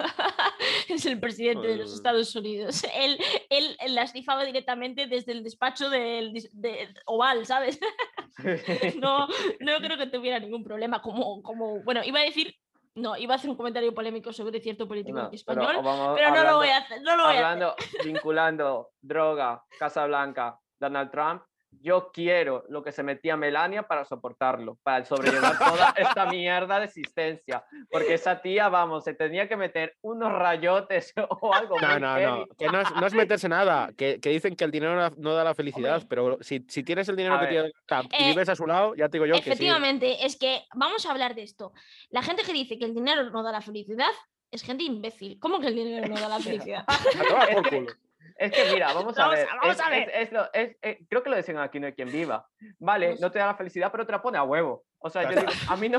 Es el presidente de los Estados Unidos. Él las cifaba directamente desde el despacho de Oval, ¿sabes? No creo que tuviera ningún problema. Bueno, iba a hacer un comentario polémico sobre cierto político español, pero no lo voy a hacer. Vinculando droga, Casa Blanca, Donald Trump. Yo quiero lo que se metía Melania para soportarlo, para sobrellevar toda esta mierda de existencia. Porque esa tía, vamos, se tenía que meter unos rayotes o algo. No. Que no es meterse nada. Que dicen que el dinero no da la felicidad, pero si tienes el dinero que tiene Trump y vives a su lado, ya te digo yo que sí. Efectivamente, es que vamos a hablar de esto. La gente que dice que el dinero no da la felicidad es gente imbécil. ¿Cómo que el dinero no da la felicidad? A tomar por culo. Es que mira, vamos a ver. Creo que lo decían aquí, no hay quien viva. Vale, no te da la felicidad, pero te la pone a huevo. O sea, yo digo, a mí no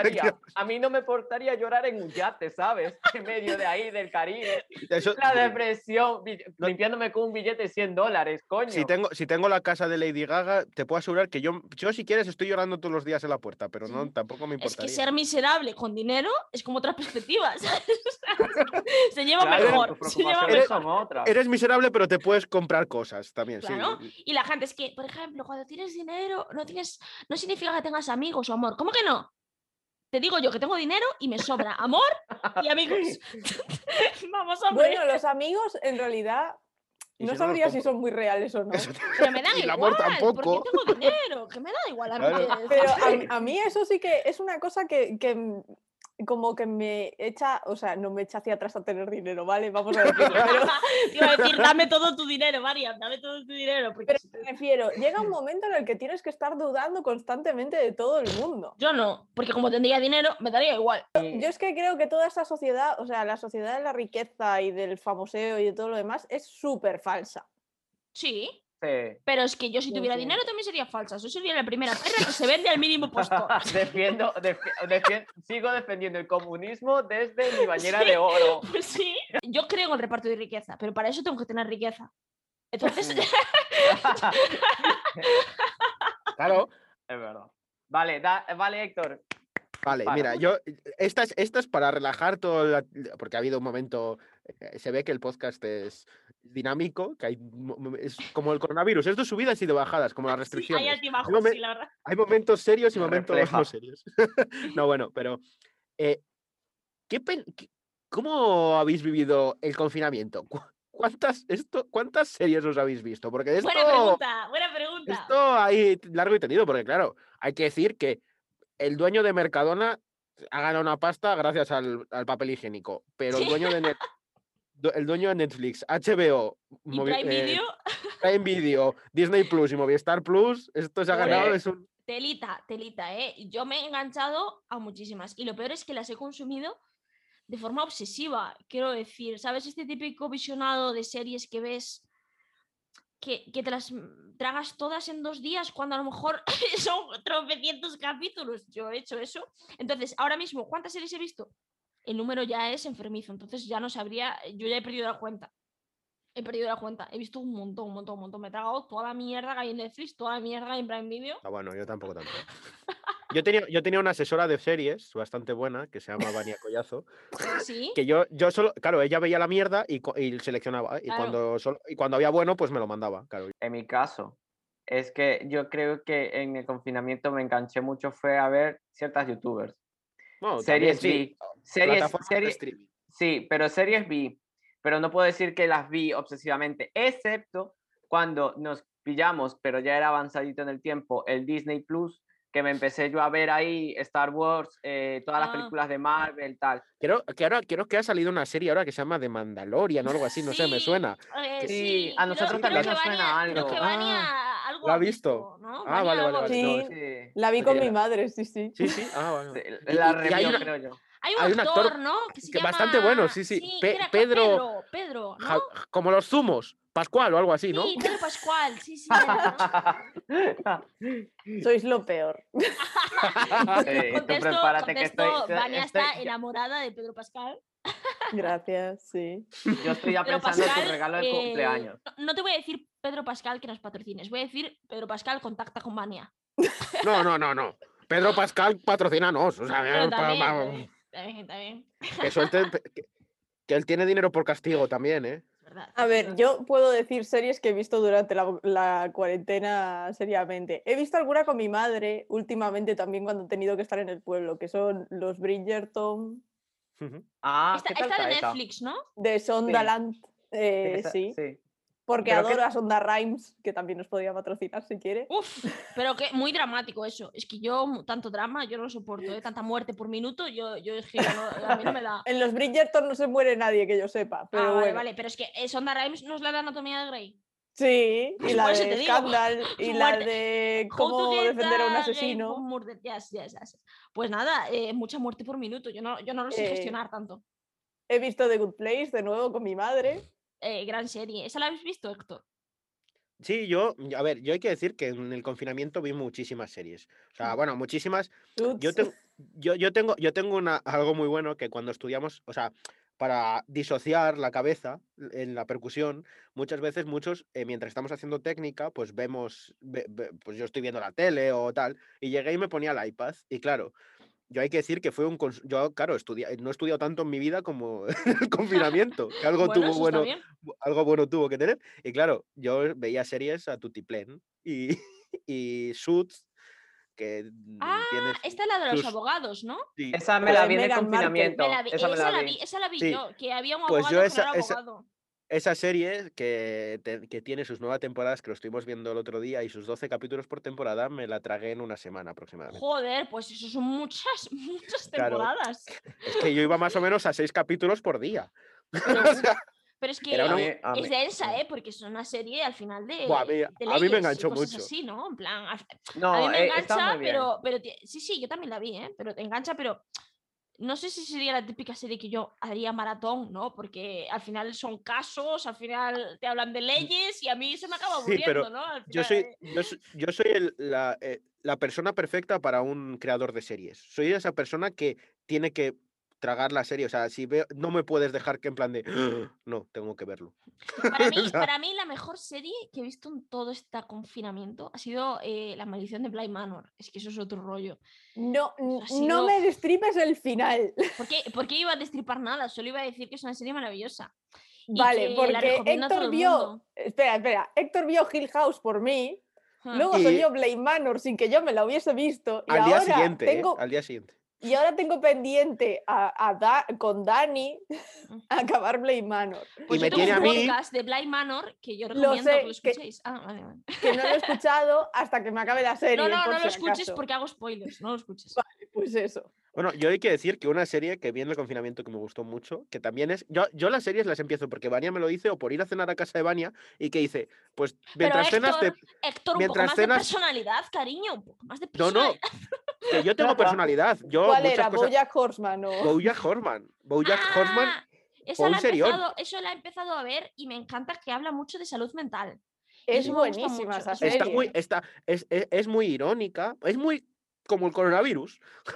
me importaría llorar en un yate, ¿sabes? En medio de ahí, del Caribe. La depresión, limpiándome con un billete de $100, coño. Si tengo la casa de Lady Gaga, te puedo asegurar que yo si quieres, estoy llorando todos los días en la puerta, pero no, tampoco me importaría. Es que ser miserable con dinero es como otra perspectiva, ¿sabes? Se lleva mejor. Eres miserable, pero te puedes comprar cosas también, claro. Sí. Y la gente es que, por ejemplo, cuando tienes dinero, no significa que tengas amigos o amor. ¿Cómo que no? Te digo yo que tengo dinero y me sobra amor y amigos. Vamos, hombre. Bueno, los amigos en realidad no sabría si son muy reales o no. Pero me da igual, el amor tampoco. porque tengo dinero, que me da igual a mí. Claro. Pero a mí eso sí que es una cosa que como que me echa, o sea, no me echa hacia atrás a tener dinero, ¿vale? Vamos a decirlo. Pero... Iba a decir, dame todo tu dinero, María, dame todo tu dinero. Pero me refiero, llega un momento en el que tienes que estar dudando constantemente de todo el mundo. Yo no, porque como tendría dinero, me daría igual. Yo es que creo que toda esta sociedad, o sea, la sociedad de la riqueza y del famoseo y de todo lo demás, es súper falsa. Sí. Sí. Pero es que yo si tuviera dinero también sería falsa. Yo sería la primera perra que se vende al mínimo postor. Sigo defendiendo el comunismo desde mi bañera de oro. Pues sí. Yo creo en el reparto de riqueza, pero para eso tengo que tener riqueza. Entonces... Claro. Es verdad. Vale, Héctor. Vale, mira, esta es para relajar todo, porque ha habido un momento, se ve que el podcast es dinámico, que es como el coronavirus, es de subidas y de bajadas, como las Sí, hay restricciones. altibajos, sí, la verdad. Hay momentos serios y momentos Refleja. no serios. No, bueno, pero eh, ¿cómo habéis vivido el confinamiento? ¿Cuántas series os habéis visto? Porque de Buena pregunta. esto hay largo y tendido, porque claro, hay que decir que el dueño de Mercadona ha ganado una pasta gracias al papel higiénico, pero Sí. el dueño de Netflix, HBO, Y Prime Video. Prime Video, Disney Plus y Movistar Plus, esto se ha ganado, es un... Telita, ¿eh? Yo me he enganchado a muchísimas y lo peor es que las he consumido de forma obsesiva, quiero decir, ¿sabes? Este típico visionado de series que ves que te las tragas todas en 2 días cuando a lo mejor son tropecientos capítulos. Yo he hecho eso. Entonces, ahora mismo, ¿cuántas series he visto? El número ya es enfermizo, entonces ya no sabría, yo ya he perdido la cuenta. He visto un montón. Me he tragado toda la mierda que hay en Netflix, toda la mierda en Prime Video. Ah, bueno, yo tampoco tanto. Yo tenía una asesora de series bastante buena que se llama Vania Collazo. Sí. Que yo solo, claro, ella veía la mierda y seleccionaba. Claro. Y cuando había bueno, pues me lo mandaba. Claro. En mi caso, es que yo creo que en el confinamiento me enganché mucho fue a ver ciertas youtubers. Bueno, Series también, sí. vi. Plataformas de streaming. Sí, pero series vi. Pero no puedo decir que las vi obsesivamente, excepto cuando nos pillamos, pero ya era avanzadito en el tiempo, el Disney Plus, que me empecé yo a ver ahí Star Wars, todas las películas de Marvel, tal. Creo que ha salido una serie ahora que se llama The Mandalorian o algo así, no sé, me suena. Sí, a nosotros también nos suena algo. Creo que Vania algo ¿la ha ha visto? ¿no? Ah, Vania vale. algo ha visto. Sí, Sí. la vi con Sí, mi madre, sí. Sí, vale. La Y review, creo yo. Hay hay un actor, ¿no? Que se llama... bastante bueno, sí. que era Pedro, Pedro, ¿no? como los zumos, Pascual o algo así, ¿no? Sí, Pedro Pascual, sí, era, ¿no? Sois lo peor. Tú prepárate que Vania está enamorada de Pedro Pascal. Gracias, sí. Yo estoy ya Pedro pensando en Pascal, tu regalo de cumpleaños. No te voy a decir Pedro Pascal que nos patrocines, voy a decir Pedro Pascal contacta con Vania. No. Pedro Pascal, patrocínanos. O sea, También. que suelte, que él tiene dinero por castigo también, ¿eh? A ver, yo puedo decir series que he visto durante la cuarentena seriamente. He visto alguna con mi madre últimamente también cuando he tenido que estar en el pueblo, que son los Bridgerton. ¿Qué tal está de esa? Netflix, ¿no? De Sondaland, sí. Porque Pero adoro a Sonda Rhimes, que también nos podría patrocinar si quiere. Uf, pero que muy dramático eso. Es que yo, tanto drama, yo no lo soporto, ¿eh? Tanta muerte por minuto, yo es que a mí no me da. En los Bridgerton no se muere nadie, que yo sepa. Pero vale, pero es que Sonda Rhimes no es la de Anatomía de Grey. Sí, Pues y la por eso de te digo. Scandal, y la de cómo defender a un asesino. Pues nada, mucha muerte por minuto. Yo no lo sé gestionar tanto. He visto The Good Place de nuevo con mi madre. Gran serie. ¿Esa la habéis visto, Héctor? Sí, yo hay que decir que en el confinamiento vi muchísimas series. O sea, bueno, muchísimas. Yo tengo algo muy bueno que cuando estudiamos, o sea, para disociar la cabeza en la percusión, muchas veces mientras estamos haciendo técnica, pues pues yo estoy viendo la tele o tal, y llegué y me ponía el iPad, y claro, yo hay que decir que yo, claro, no he estudiado tanto en mi vida como el confinamiento, que algo algo bueno tuvo que tener. Y claro, yo veía series a tutiplén y Suits, que esta es la de los abogados, ¿no? Sí. Esa me la vi en el confinamiento. Esa la vi yo, que había un Pues abogado que no era abogado. Esa serie que tiene sus 9 temporadas, que lo estuvimos viendo el otro día, y sus 12 capítulos por temporada, me la tragué en una semana aproximadamente. Joder, pues eso son muchas temporadas. Claro. Es que yo iba más o menos a 6 capítulos por día. Pero es que es densa, porque es una serie al final de a mí me enganchó mucho. Así, ¿no? En plan, a No, mí me engancha, pero sí, yo también la vi, pero te engancha, pero no sé si sería la típica serie que yo haría maratón, ¿no? Porque al final son casos, al final te hablan de leyes y a mí se me acaba aburriendo, pero ¿no? Al yo final, soy la persona perfecta para un creador de series. Soy esa persona que tiene que tragar la serie. O sea, si veo, no me puedes dejar que en plan de, no, tengo que verlo. Para mí la mejor serie que he visto en todo este confinamiento ha sido La maldición de Bly Manor. Es que eso es otro rollo. No, sido... no me destripes el final. ¿Por qué iba a destripar nada? Solo iba a decir que es una serie maravillosa. Vale, porque Héctor vio... Espera, Héctor vio Hill House por mí, luego se vio Bly Manor sin que yo me la hubiese visto y al ahora día siguiente, tengo... al día siguiente. Y ahora tengo pendiente con Dani acabar Bly Manor. Pues y me tiene a mí... podcast de Bly Manor que yo recomiendo que lo escuchéis. Vale. Que no lo he escuchado hasta que me acabe la serie. No lo escuches porque hago spoilers, no lo escuches. Vale, pues eso. Bueno, yo hay que decir que una serie que vi en el confinamiento que me gustó mucho, que también es... Yo las series las empiezo porque Vania me lo dice o por ir a cenar a casa de Vania y que dice, pues mientras cenas... Héctor, un poco más de personalidad, cariño, un poco más de personalidad. No, que yo tengo personalidad. ¿Cuál era? ¿BoJack Horseman o...? BoJack Horseman. Eso la he empezado a ver y me encanta que habla mucho de salud mental. Es buenísima esa serie. Es muy irónica, es muy como el coronavirus.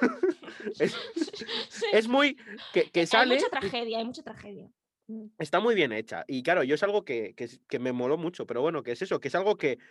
Es muy... que sale... Hay mucha tragedia. Está muy bien hecha. Y claro, yo es algo que me moló mucho, pero bueno, que es eso, que es algo que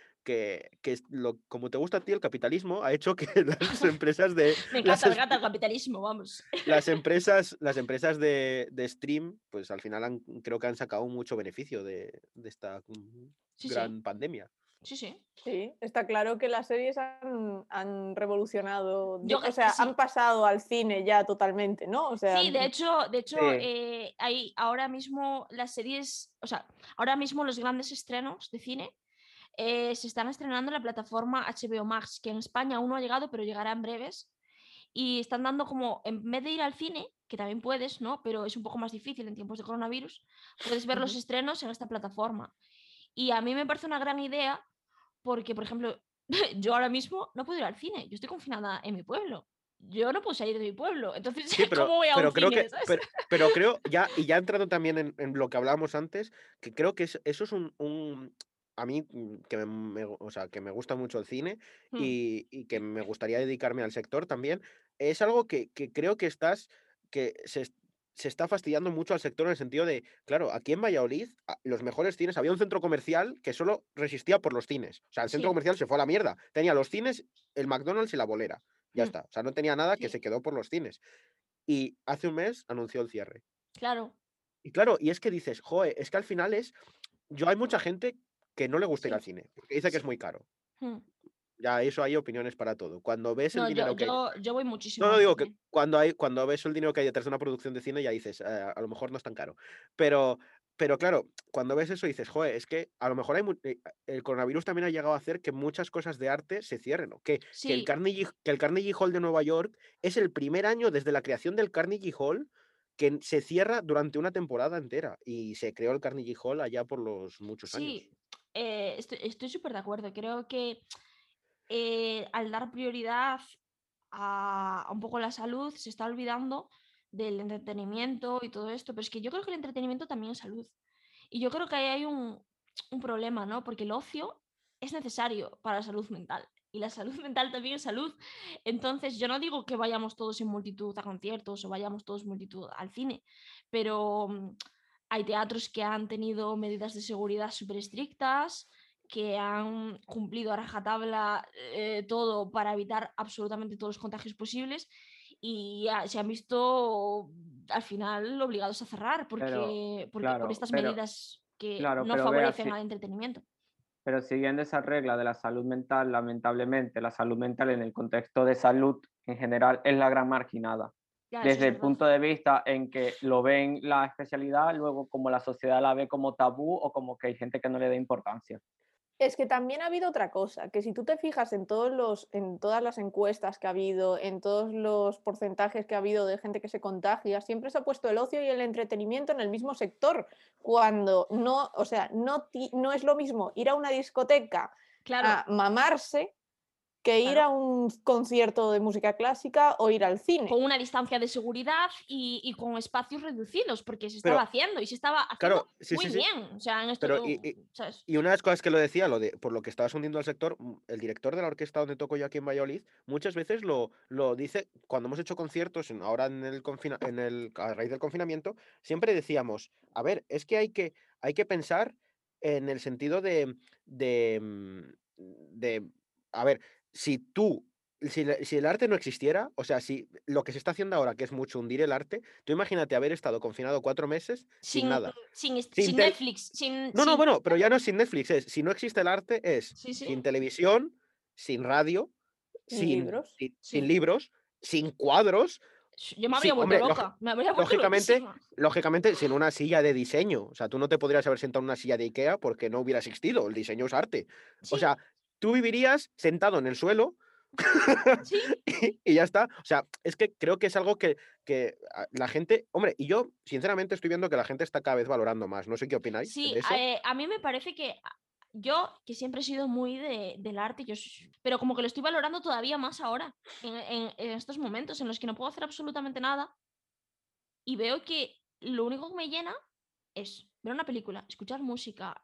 como te gusta a ti, el capitalismo ha hecho que las empresas de... Me encanta el capitalismo, vamos. Las empresas de stream, pues al final creo que han sacado mucho beneficio de esta gran pandemia. Sí. Sí, está claro que las series han revolucionado, han pasado al cine ya totalmente, ¿no? O sea, sí, de hecho hay ahora mismo las series, o sea, ahora mismo los grandes estrenos de cine se están estrenando en la plataforma HBO Max, que en España aún no ha llegado, pero llegará en breves. Y están dando como, en vez de ir al cine, que también puedes, ¿no? Pero es un poco más difícil en tiempos de coronavirus, puedes ver los estrenos en esta plataforma. Y a mí me parece una gran idea porque, por ejemplo, yo ahora mismo no puedo ir al cine, yo estoy confinada en mi pueblo. Yo no puedo salir de mi pueblo, entonces sí, ¿cómo voy a un cine? Pero creo, ya entrando también en lo que hablábamos antes, que creo que eso es a mí que me gusta mucho el cine y que me gustaría dedicarme al sector también, es algo que creo que se está fastidiando mucho al sector en el sentido de, claro, aquí en Valladolid, los mejores cines, había un centro comercial que solo resistía por los cines. O sea, el centro comercial se fue a la mierda. Tenía los cines, el McDonald's y la bolera. Ya está. O sea, no tenía nada que se quedó por los cines. Y hace un mes anunció el cierre. Claro. Y claro, y es que dices, joder, es que al final hay mucha gente que no le gusta ir al cine, porque dice que es muy caro. Ya, eso hay opiniones para todo. Cuando ves el dinero que hay... Yo voy muchísimo. No, digo que cuando ves el dinero que hay detrás de una producción de cine ya dices, a lo mejor no es tan caro. Pero claro, cuando ves eso dices, joder, es que a lo mejor el coronavirus también ha llegado a hacer que muchas cosas de arte se cierren, ¿no? Que el Carnegie Hall de Nueva York es el primer año desde la creación del Carnegie Hall que se cierra durante una temporada entera. Y se creó el Carnegie Hall allá por los muchos años. Sí, estoy súper de acuerdo. Creo que al dar prioridad a un poco la salud se está olvidando del entretenimiento y todo esto, pero es que yo creo que el entretenimiento también es salud. Y yo creo que ahí hay un problema, ¿no? Porque el ocio es necesario para la salud mental. Y la salud mental también es salud. Entonces, yo no digo que vayamos todos en multitud a conciertos o vayamos todos en multitud al cine, pero hay teatros que han tenido medidas de seguridad súper estrictas, que han cumplido a rajatabla todo para evitar absolutamente todos los contagios posibles y se han visto al final obligados a cerrar por estas medidas que no favorecen al entretenimiento. Pero siguiendo esa regla de la salud mental, lamentablemente la salud mental en el contexto de salud en general es la gran marginada. Desde el punto de vista en que lo ven la especialidad, luego como la sociedad la ve como tabú o como que hay gente que no le da importancia. Es que también ha habido otra cosa, que si tú te fijas en todas las encuestas que ha habido, en todos los porcentajes que ha habido de gente que se contagia, siempre se ha puesto el ocio y el entretenimiento en el mismo sector, cuando no, o sea, no es lo mismo ir a una discoteca a mamarse que ir Claro. a un concierto de música clásica o ir al cine. Con una distancia de seguridad y con espacios reducidos, porque se Pero, estaba haciendo y se estaba haciendo claro, sí, muy sí, sí. bien. O sea, en esto, Pero, ¿sabes? y una de las cosas que lo decía, por lo que estabas hundiendo al sector, el director de la orquesta donde toco yo aquí en Valladolid, muchas veces lo dice, cuando hemos hecho conciertos, ahora a raíz del confinamiento, siempre decíamos, a ver, es que hay que pensar en el sentido a ver, si el arte no existiera, o sea, si lo que se está haciendo ahora, que es mucho hundir el arte, tú imagínate haber estado confinado 4 meses sin nada. Sin Netflix, sin... No, bueno, pero ya no es sin Netflix, si no existe el arte, es Sí, sí. sin televisión, sin radio, Sin libros. sin libros, sin cuadros. Yo me habría vuelto hombre, loca, me habría vuelto loquísima. lógicamente, sin una silla de diseño. O sea, tú no te podrías haber sentado en una silla de Ikea porque no hubiera existido. El diseño es arte. O Sí, sea, tú vivirías sentado en el suelo sí. y ya está. O sea, es que creo que es algo que la gente. Hombre, y yo, sinceramente, estoy viendo que la gente está cada vez valorando más. No sé qué opináis Sí, de eso. a mí me parece que yo, que siempre he sido muy del arte, pero como que lo estoy valorando todavía más ahora, en estos momentos en los que no puedo hacer absolutamente nada y veo que lo único que me llena es ver una película, escuchar música,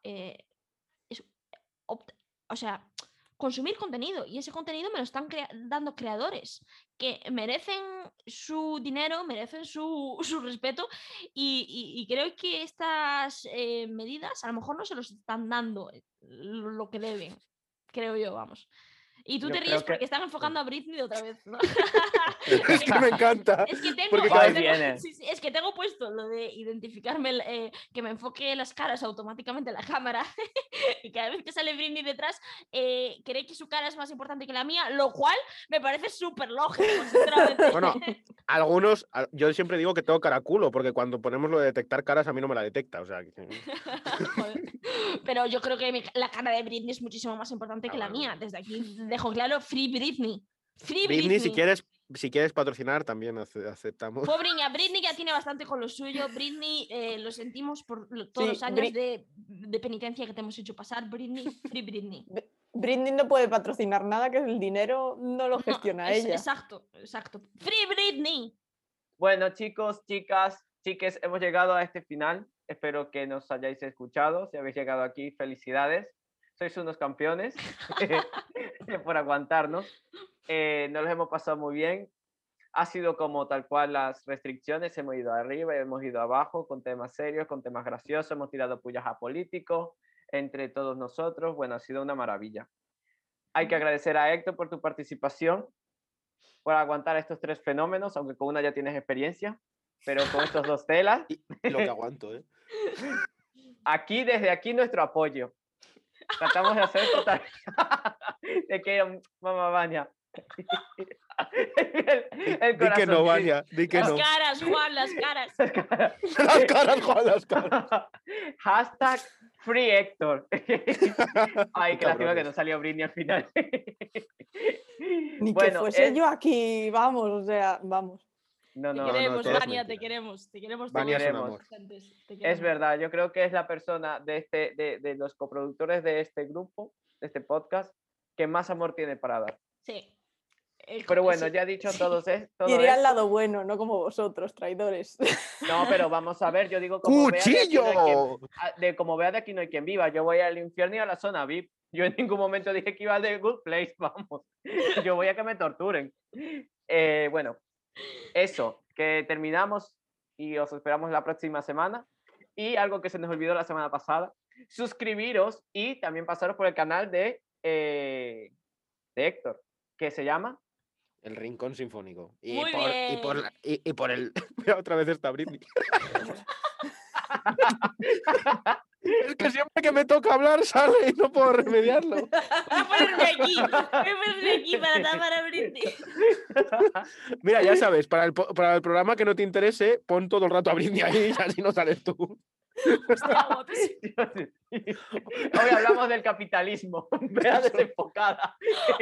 o sea, consumir contenido, y ese contenido me lo están dando creadores que merecen su dinero, merecen su respeto, y creo que estas medidas a lo mejor no se los están dando lo que deben, creo yo, vamos. Y tú Yo te creo ríes porque que- están enfocando a Britney otra vez, ¿no? Es que me encanta. Es que tengo, porque es cada que vez- Ahí tengo- viene. sí, sí, es que tengo puesto lo de identificarme, que me enfoque las caras automáticamente en la cámara y cada vez que sale Britney detrás, cree que su cara es más importante que la mía, lo cual me parece súper lógico, sinceramente. Bueno, yo siempre digo que tengo cara culo, porque cuando ponemos lo de detectar caras a mí no me la detecta. O sea, Joder. Pero yo creo que la cara de Britney es muchísimo más importante que la bueno. mía. Desde aquí dejo claro, Free Britney. Free Britney, si Britney. quieres patrocinar, también aceptamos. Pobre Britney ya tiene bastante con lo suyo. Britney, lo sentimos por todos Sí, los años de penitencia que te hemos hecho pasar. Britney, Free Britney. Britney no puede patrocinar nada, que el dinero no lo gestiona ella. Exacto. Free Britney. Bueno, chicos, chicas, chiques, hemos llegado a este final. Espero que nos hayáis escuchado. Si habéis llegado aquí, felicidades. Sois unos campeones por aguantarnos. Nos los hemos pasado muy bien. Ha sido como tal cual las restricciones. Hemos ido arriba y hemos ido abajo con temas serios, con temas graciosos. Hemos tirado pullas a políticos entre todos nosotros. Bueno, ha sido una maravilla. Hay que agradecer a Héctor por tu participación, por aguantar estos 3 fenómenos, aunque con una ya tienes experiencia, pero con estos 2 telas. Y lo que aguanto, ¿eh? Desde aquí nuestro apoyo. Tratamos de hacer total. Te quiero, mamá Vania. el Di que no, corazón. Vania, di que Las no. caras, Juan, las caras. Las caras, Juan, las caras. Hashtag Free Héctor. Ay, qué lástima que Cabrones. no salió Britney al final. Ni Bueno, que fuese yo aquí, vamos, o sea, vamos. No, Te no, queremos, todo es Vania, te mentira. queremos. Te queremos Vania todos. es un queremos. amor. Te Es queremos. verdad, yo creo que es la persona de los coproductores de este grupo, de este podcast, que más amor tiene para dar. Sí. Pero bueno, Sí, ya dicho sí. todo esto. Iré al lado bueno, no como vosotros, traidores. No, pero vamos a ver, yo digo, como vea de aquí no hay ¡Cuchillo! como vea de aquí no hay quien viva. Yo voy al infierno y a la zona VIP. Yo en ningún momento dije que iba de Good Place, vamos. Yo voy a que me torturen. Bueno, eso, que terminamos y os esperamos la próxima semana. Y algo que se nos olvidó la semana pasada, suscribiros y también pasaros por el canal de Héctor, que se llama... El Rincón Sinfónico. Muy Y por el... Mira, otra vez está Britney. Es que siempre que me toca hablar sale y no puedo remediarlo. Voy a ponerme aquí para tapar a Britney. Mira, ya sabes, para el programa que no te interese, pon todo el rato a Britney ahí y así no sales tú. Hostia, guapísimo. Hoy hablamos del capitalismo. Vea desenfocada.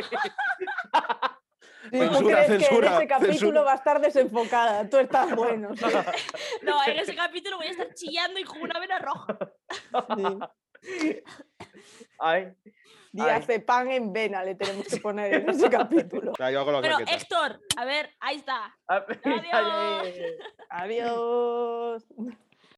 Si Censura, tú crees que en censura, ese capítulo censura. va a estar desenfocada, tú estás bueno. ¿Sí? No, en ese capítulo voy a estar chillando y con una vena roja. Sí. Ay, Diazepam en vena le tenemos que poner en ese capítulo. Yo hago la Pero claqueta. Héctor, a ver, ahí está. Adiós. Adiós.